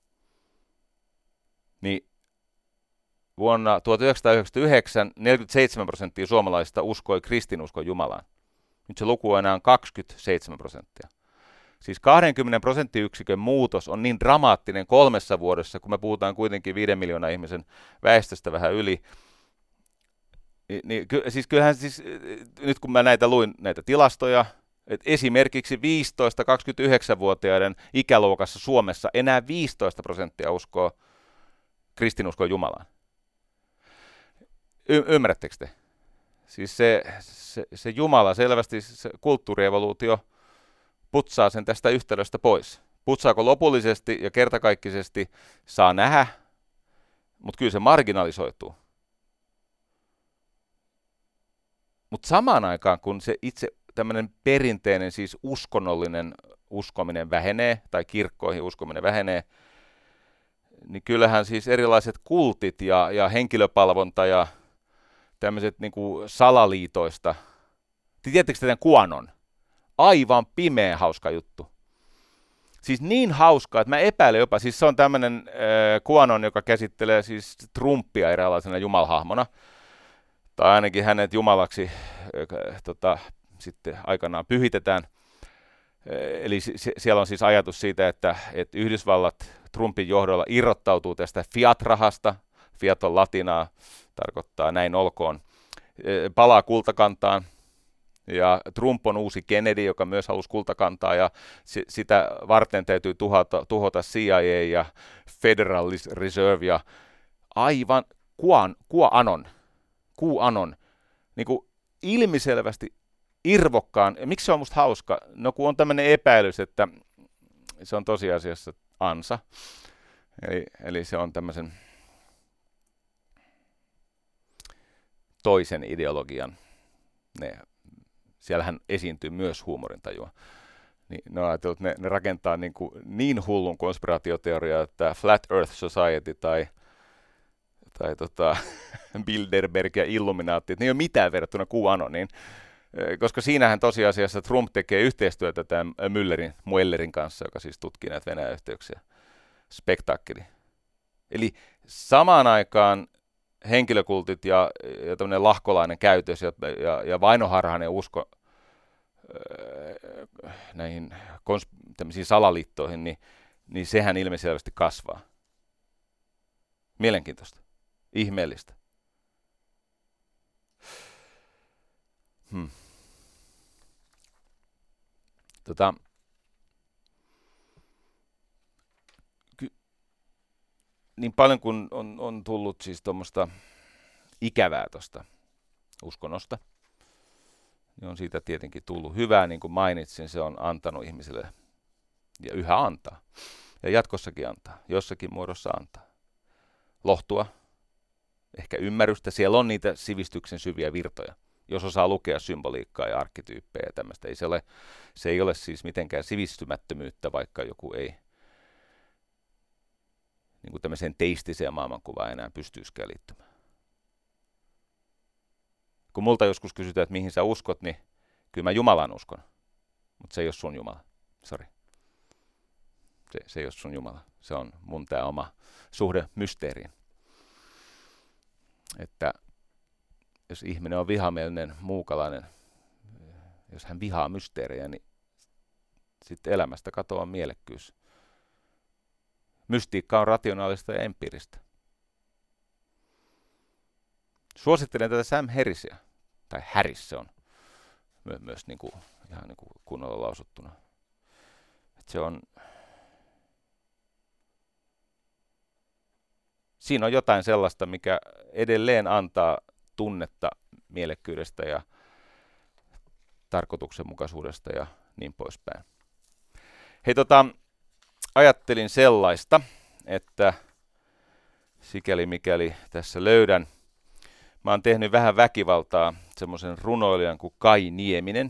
Niin vuonna tuhatyhdeksänsataayhdeksänkymmentäyhdeksän neljäkymmentäseitsemän prosenttia suomalaisista uskoi kristinuskon Jumalaan. Nyt se luku on enää kaksikymmentäseitsemän prosenttia. Siis kaksikymmentä prosenttiyksikön muutos on niin dramaattinen kolmessa vuodessa, kun me puhutaan kuitenkin viiden miljoonan ihmisen väestöstä vähän yli. Ni, niin, ky, siis kyllähän siis, nyt kun mä näitä luin näitä tilastoja, että esimerkiksi viisitoista–kaksikymmentäyhdeksän-vuotiaiden ikäluokassa Suomessa enää viisitoista prosenttia uskoo kristinuskon Jumalaan. Y- ymmärrättekö te? Siis se, se, se Jumala selvästi, se kulttuurievoluutio putsaa sen tästä yhtälöstä pois. Putsaako lopullisesti ja kertakaikkisesti, saa nähdä, mutta kyllä se marginalisoituu. Mutta samaan aikaan, kun se itse tämmöinen perinteinen, siis uskonnollinen uskominen vähenee, tai kirkkoihin uskominen vähenee, niin kyllähän siis erilaiset kultit ja, ja henkilöpalvonta ja tämmöiset niinku salaliitoista. Tiedättekö tämän QAnon? Aivan pimeä hauska juttu. Siis niin hauska, että mä epäilen jopa, siis se on tämmöinen äh, QAnon, joka käsittelee siis Trumpia eräänlaisena jumalhahmona, tai ainakin hänet jumalaksi äh, tota, sitten aikanaan pyhitetään. Äh, eli si- siellä on siis ajatus siitä, että, että Yhdysvallat Trumpin johdolla irrottautuu tästä fiat-rahasta, fiat on latinaa, tarkoittaa näin olkoon, äh, palaa kultakantaan. Ja Trump on uusi Kennedy, joka myös halusi kultakantaa, ja si- sitä varten täytyy tuhota, tuhota C I A ja Federal Reserve ja aivan kuan, QAnon, QAnon, niin kuin ilmiselvästi irvokkaan. Miksi se on musta hauska? No kun on tämmöinen epäilys, että se on tosiasiassa ansa, eli, eli se on tämmöisen toisen ideologian ne. Siellähän esiintyy myös huumorintajua. Niin, ne, on ajatellut, ne, ne rakentaa niin, kuin niin hullun konspiraatioteoriaa, että Flat Earth Society tai, tai tota, Bilderberg ja Illuminaatti, ne ei ole mitään verrattuna QAnoniin, koska siinähän tosiasiassa Trump tekee yhteistyötä tämän Müllerin, Muellerin kanssa, joka siis tutkii näitä Venäjä-yhteyksiä. Spektaakkeli. Eli samaan aikaan henkilökultit ja, ja tämmöinen lahkolainen käytös ja, ja, ja vainoharhainen usko öö, näihin kons, tämmöisiin salaliittoihin, niin, niin sehän ilmiselvästi kasvaa. Mielenkiintoista. Ihmeellistä. Hmm. Tota, ky, niin paljon kuin on, on tullut siis tuommoista ikävää tuosta uskonnosta, niin on siitä tietenkin tullut hyvää, niin kuin mainitsin, se on antanut ihmisille ja yhä antaa. Ja jatkossakin antaa, jossakin muodossa antaa. Lohtua, ehkä ymmärrystä, siellä on niitä sivistyksen syviä virtoja. Jos osaa lukea symboliikkaa ja arkkityyppejä ja tämmöistä, ei se, ole, se ei ole siis mitenkään sivistymättömyyttä, vaikka joku ei, niin kuin tämmöiseen teistiseen maailmankuvaan enää pystyisikään liittymään. Kun multa joskus kysytään, että mihin sä uskot, niin kyllä mä Jumalaan uskon. Mutta se ei ole sun Jumala. Sori. Se, se ei ole sun Jumala. Se on mun tää oma suhde mysteeriin. Että jos ihminen on vihamielinen, muukalainen, jos hän vihaa mysteerejä, niin sitten elämästä katoaa mielekkyys. Mystiikka on rationaalista ja empiiristä. Suosittelen tätä Sam Harrisia, tai Harris se on My- myös niin kuin, ihan niin kuin kunnolla lausuttuna. Et se on, siinä on jotain sellaista, mikä edelleen antaa tunnetta mielekkyydestä ja tarkoituksenmukaisuudesta ja niin poispäin. Hei, tota, ajattelin sellaista, että sikäli mikäli tässä löydän, mä oon tehnyt vähän väkivaltaa semmoisen runoilijan kuin Kai Nieminen.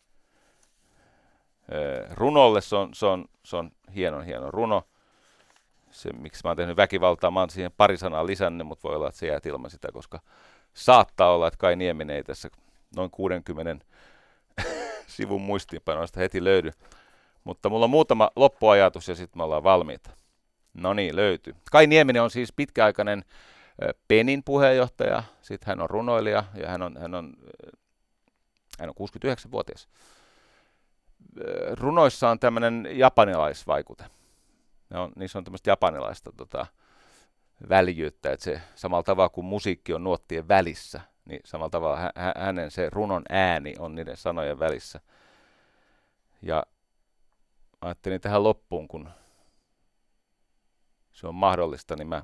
Öö, runolle se on, se, on, se on hienon hieno runo. Se, miksi mä oon tehnyt väkivaltaa, mä oon siihen pari sanaa lisännyt, mutta voi olla, että se jää ilman sitä, koska saattaa olla, että Kai Nieminen ei tässä noin kuudenkymmenen sivun muistiinpanoista heti löydy. Mutta mulla on muutama loppuajatus ja sitten me ollaan valmiita. No niin, löytyy. Kai Nieminen on siis pitkäaikainen Penin puheenjohtaja, sitten hän on runoilija ja hän on, hän on, hän on kuusikymmentäyhdeksänvuotias. Runoissa on tämmöinen japanilaisvaikute. Ne on, niissä on tämmöistä japanilaista tota, väljyyttä, että se samalla tavalla kuin musiikki on nuottien välissä, niin samalla tavalla hä- hänen se runon ääni on niiden sanojen välissä. Ja ajattelin tähän loppuun, kun se on mahdollista, niin mä,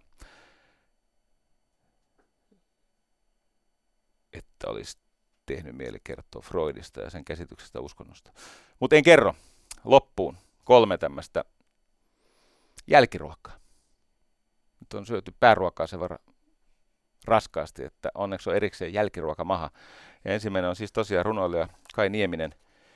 että olisi tehnyt mieli kertoa Freudista ja sen käsityksestä uskonnosta. Mutta en kerro. Loppuun kolme tämmöistä jälkiruokaa. Nyt on syöty pääruokaa sen verran raskaasti, että onneksi on erikseen jälkiruokamaha. Ja ensimmäinen on siis tosiaan runoilija Kai Nieminen.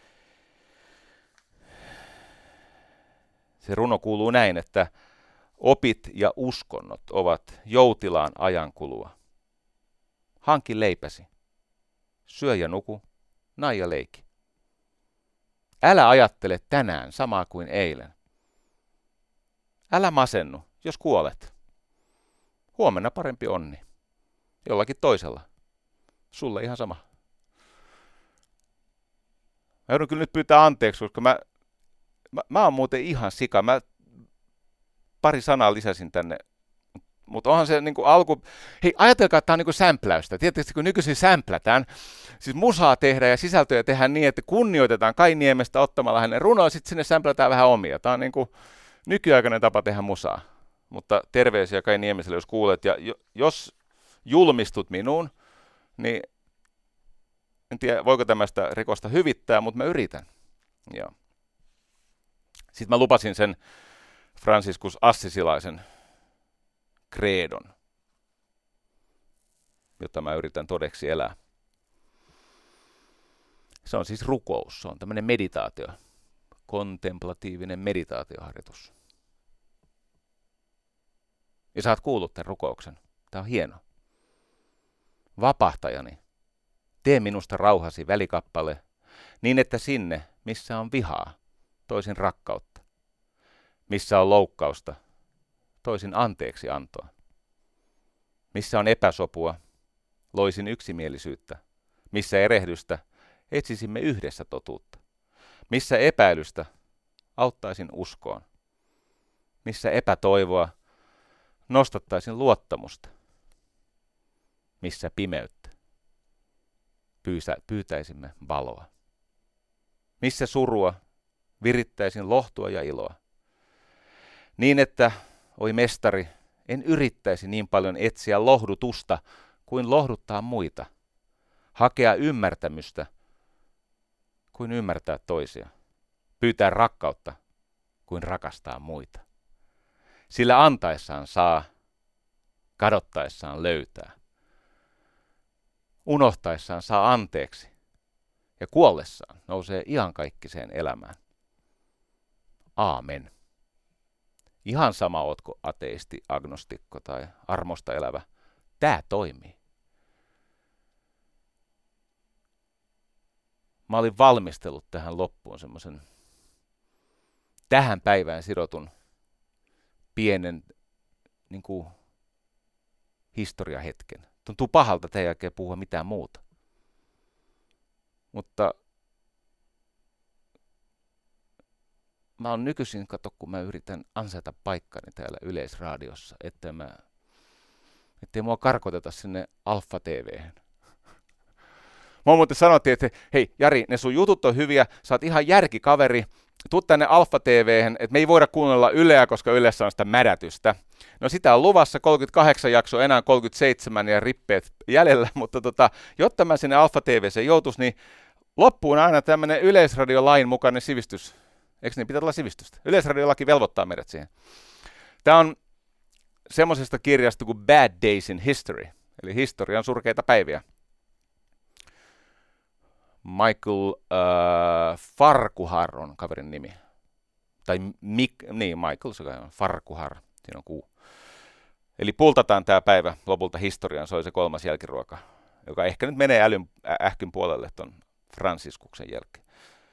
Se runo kuuluu näin, että opit ja uskonnot ovat joutilaan ajankulua. Hanki leipäsi, syö ja nuku, nai ja leiki. Älä ajattele tänään samaa kuin eilen. Älä masennu, jos kuolet. Huomenna parempi onni. Jollakin toisella. Sulle ihan sama. Mä joudun kyllä nyt pyytää anteeksi, koska mä, mä, mä oon muuten ihan sika. Mä pari sanaa lisäsin tänne. Mutta onhan se niinku alku... Hei, ajatelkaa, että tämä on niinku sämpläystä. Tiedätkö, kun nykyisin sämplätään, siis musaa tehdään ja sisältöjä tehdään niin, että kunnioitetaan Kai Niemestä ottamalla hänen runoa, sitten sinne sämplätään vähän omia. Tämä on niinku nykyaikainen tapa tehdä musaa. Mutta terveisiä Kai Niemiselle, jos kuulet. Ja jos julmistut minuun, niin en tiedä, voiko tämmöistä rikosta hyvittää, mutta mä yritän. Joo. Sitten mä lupasin sen Franciscus Assisilaisen kreedon, jota mä yritän todeksi elää. Se on siis rukous, se on tämmöinen meditaatio, kontemplatiivinen meditaatioharjoitus. Ja sä oot kuullut tämän rukouksen. Tää on hieno. Vapahtajani, tee minusta rauhasi välikappale, niin että sinne, missä on vihaa, toisin rakkautta. Missä on loukkausta, toisin anteeksi antoa. Missä on epäsopua, loisin yksimielisyyttä. Missä erehdystä, etsisimme yhdessä totuutta. Missä epäilystä, auttaisin uskoon. Missä epätoivoa, nostattaisin luottamusta. Missä pimeyttä, pyysä, pyytäisimme valoa. Missä surua, virittäisin lohtua ja iloa. Niin että, oi mestari, en yrittäisi niin paljon etsiä lohdutusta kuin lohduttaa muita. Hakea ymmärtämystä kuin ymmärtää toisia. Pyytää rakkautta kuin rakastaa muita. Sillä antaessaan saa, kadottaessaan löytää. Unohtaessaan saa anteeksi ja kuollessaan nousee iankaikkiseen elämään. Aamen. Ihan sama, ootko ateisti, agnostikko tai armosta elävä. Tää toimii. Mä olin valmistellut tähän loppuun semmoisen tähän päivään sidotun pienen niin kuin, historiahetken. Tuntuu pahalta teidän jälkeen puhua mitään muuta. Mutta mä oon nykyisin, kato, kun mä yritän ansaita paikkani täällä Yleisradiossa, että mä, ettei mua karkoteta sinne Alfa T V:hen. Mä muuten sanottiin, että hei Jari, ne sun jutut on hyviä, sä oot ihan järkikaveri, tuu tänne Alfa T V:hen, että me ei voida kuunnella Yleä, koska Ylessä on sitä mädätystä. No sitä on luvassa kolmekymmentäkahdeksan jaksoa, enää kolmekymmentäseitsemän ja rippeet jäljellä, mutta tota, jotta mä sinne Alfa T V:seen joutuisi, niin loppuun aina tämmönen Yleisradiolain mukainen sivistys. Eikö niin pitää olla sivistystä? Yleisradiolaki velvoittaa meidät siihen. Tämä on semmoisesta kirjasta kuin Bad Days in History, eli historian surkeita päiviä. Michael äh, Farquhar on kaverin nimi. Tai Mik, niin, Michael, se on Farquhar, siinä on kuu. Eli pultataan tämä päivä lopulta historiaan, se oli se kolmas jälkiruoka, joka ehkä nyt menee älyn ähkyn puolelle ton Franciskuksen jälkeen.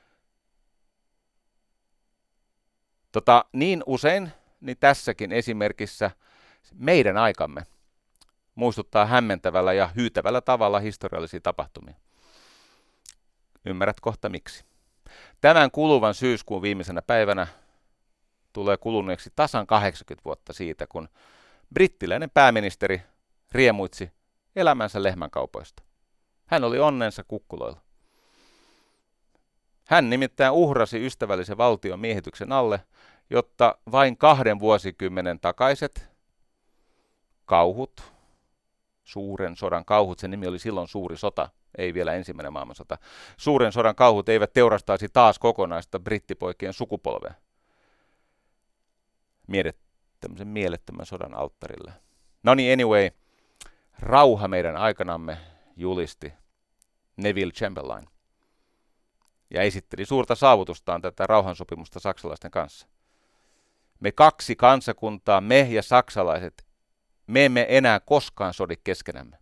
Tota, niin usein, niin tässäkin esimerkissä meidän aikamme muistuttaa hämmentävällä ja hyytävällä tavalla historiallisia tapahtumia. Ymmärrät kohta miksi. Tämän kuluvan syyskuun viimeisenä päivänä tulee kuluneeksi tasan kahdeksankymmentä vuotta siitä, kun brittiläinen pääministeri riemuitsi elämänsä lehmänkaupoista. Hän oli onnensa kukkuloilla. Hän nimittäin uhrasi ystävällisen valtion miehityksen alle, jotta vain kahden vuosikymmenen takaiset kauhut, suuren sodan kauhut, sen nimi oli silloin suuri sota, ei vielä ensimmäinen maailmansota, suuren sodan kauhut eivät teurastaisi taas kokonaista brittipoikien sukupolvea. Miedet tämmöisen mielettömän sodan alttarille. No niin, anyway, rauha meidän aikanamme julisti Neville Chamberlain ja esitteli suurta saavutustaan tätä rauhansopimusta saksalaisten kanssa. Me kaksi kansakuntaa, me ja saksalaiset, me emme enää koskaan sodi keskenämme.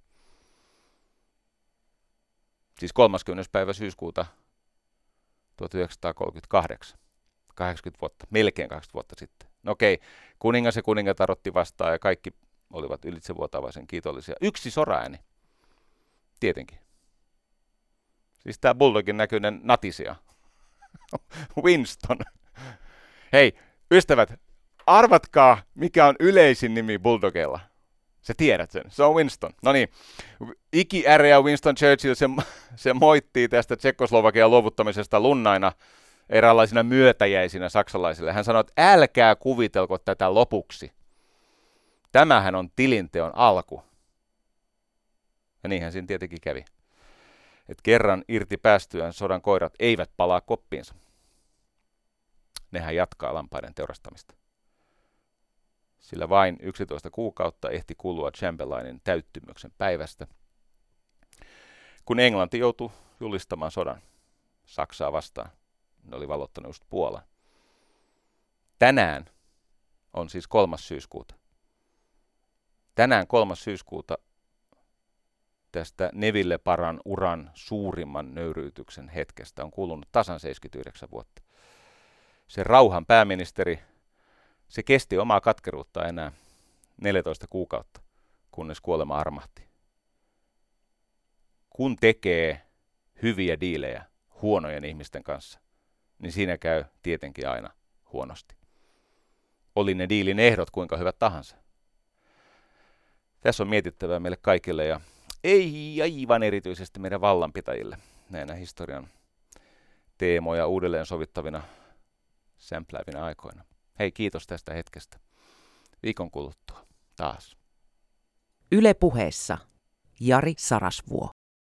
Siis kolmaskymmenes päivä syyskuuta tuhatyhdeksänsataakolmekymmentäkahdeksan, kahdeksankymmentä vuotta, melkein kahdeksankymmentä vuotta sitten. No okei, kuningas ja kuningatar otti vastaan ja kaikki olivat ylitsevuotavaisen kiitollisia. Yksi soraääni, tietenkin. Siis tämä Bulldogin näköinen natisia. Winston. Hei, ystävät, arvatkaa, mikä on yleisin nimi Bulldogilla. Sä tiedät sen, se on Winston. No niin, ikiäreä Winston Churchill, se, se moittii tästä Tsekkoslovakian luovuttamisesta lunnaina eräänlaisina myötäjäisinä saksalaisille. Hän sanoi, että älkää kuvitelko tätä lopuksi. Tämähän on tilinteon alku. Ja niinhän siinä tietenkin kävi. Että kerran irti päästyään sodan koirat eivät palaa koppiinsa. Nehän jatkaa lampaiden teurastamista. Sillä vain yksitoista kuukautta ehti kulua Chamberlainin täyttymyksen päivästä, kun Englanti joutui julistamaan sodan Saksaa vastaan. Ne oli valottanut just Puolan. Tänään on siis kolmas syyskuuta. Tänään kolmas syyskuuta tästä Neville Paran uran suurimman nöyryytyksen hetkestä on kulunut tasan seitsemänkymmentäyhdeksän vuotta. Se rauhan pääministeri, se kesti omaa katkeruutta enää neljätoista kuukautta, kunnes kuolema armahti. Kun tekee hyviä diilejä huonojen ihmisten kanssa, niin siinä käy tietenkin aina huonosti. Oli ne diilin ehdot kuinka hyvät tahansa. Tässä on mietittävää meille kaikille ja ei aivan erityisesti meidän vallanpitäjille näinä historian teemoja uudelleen sovittavina, sämpläävinä aikoina. Hei, kiitos tästä hetkestä. Viikon kuluttua taas. Yle Puheessa Jari Sarasvuo.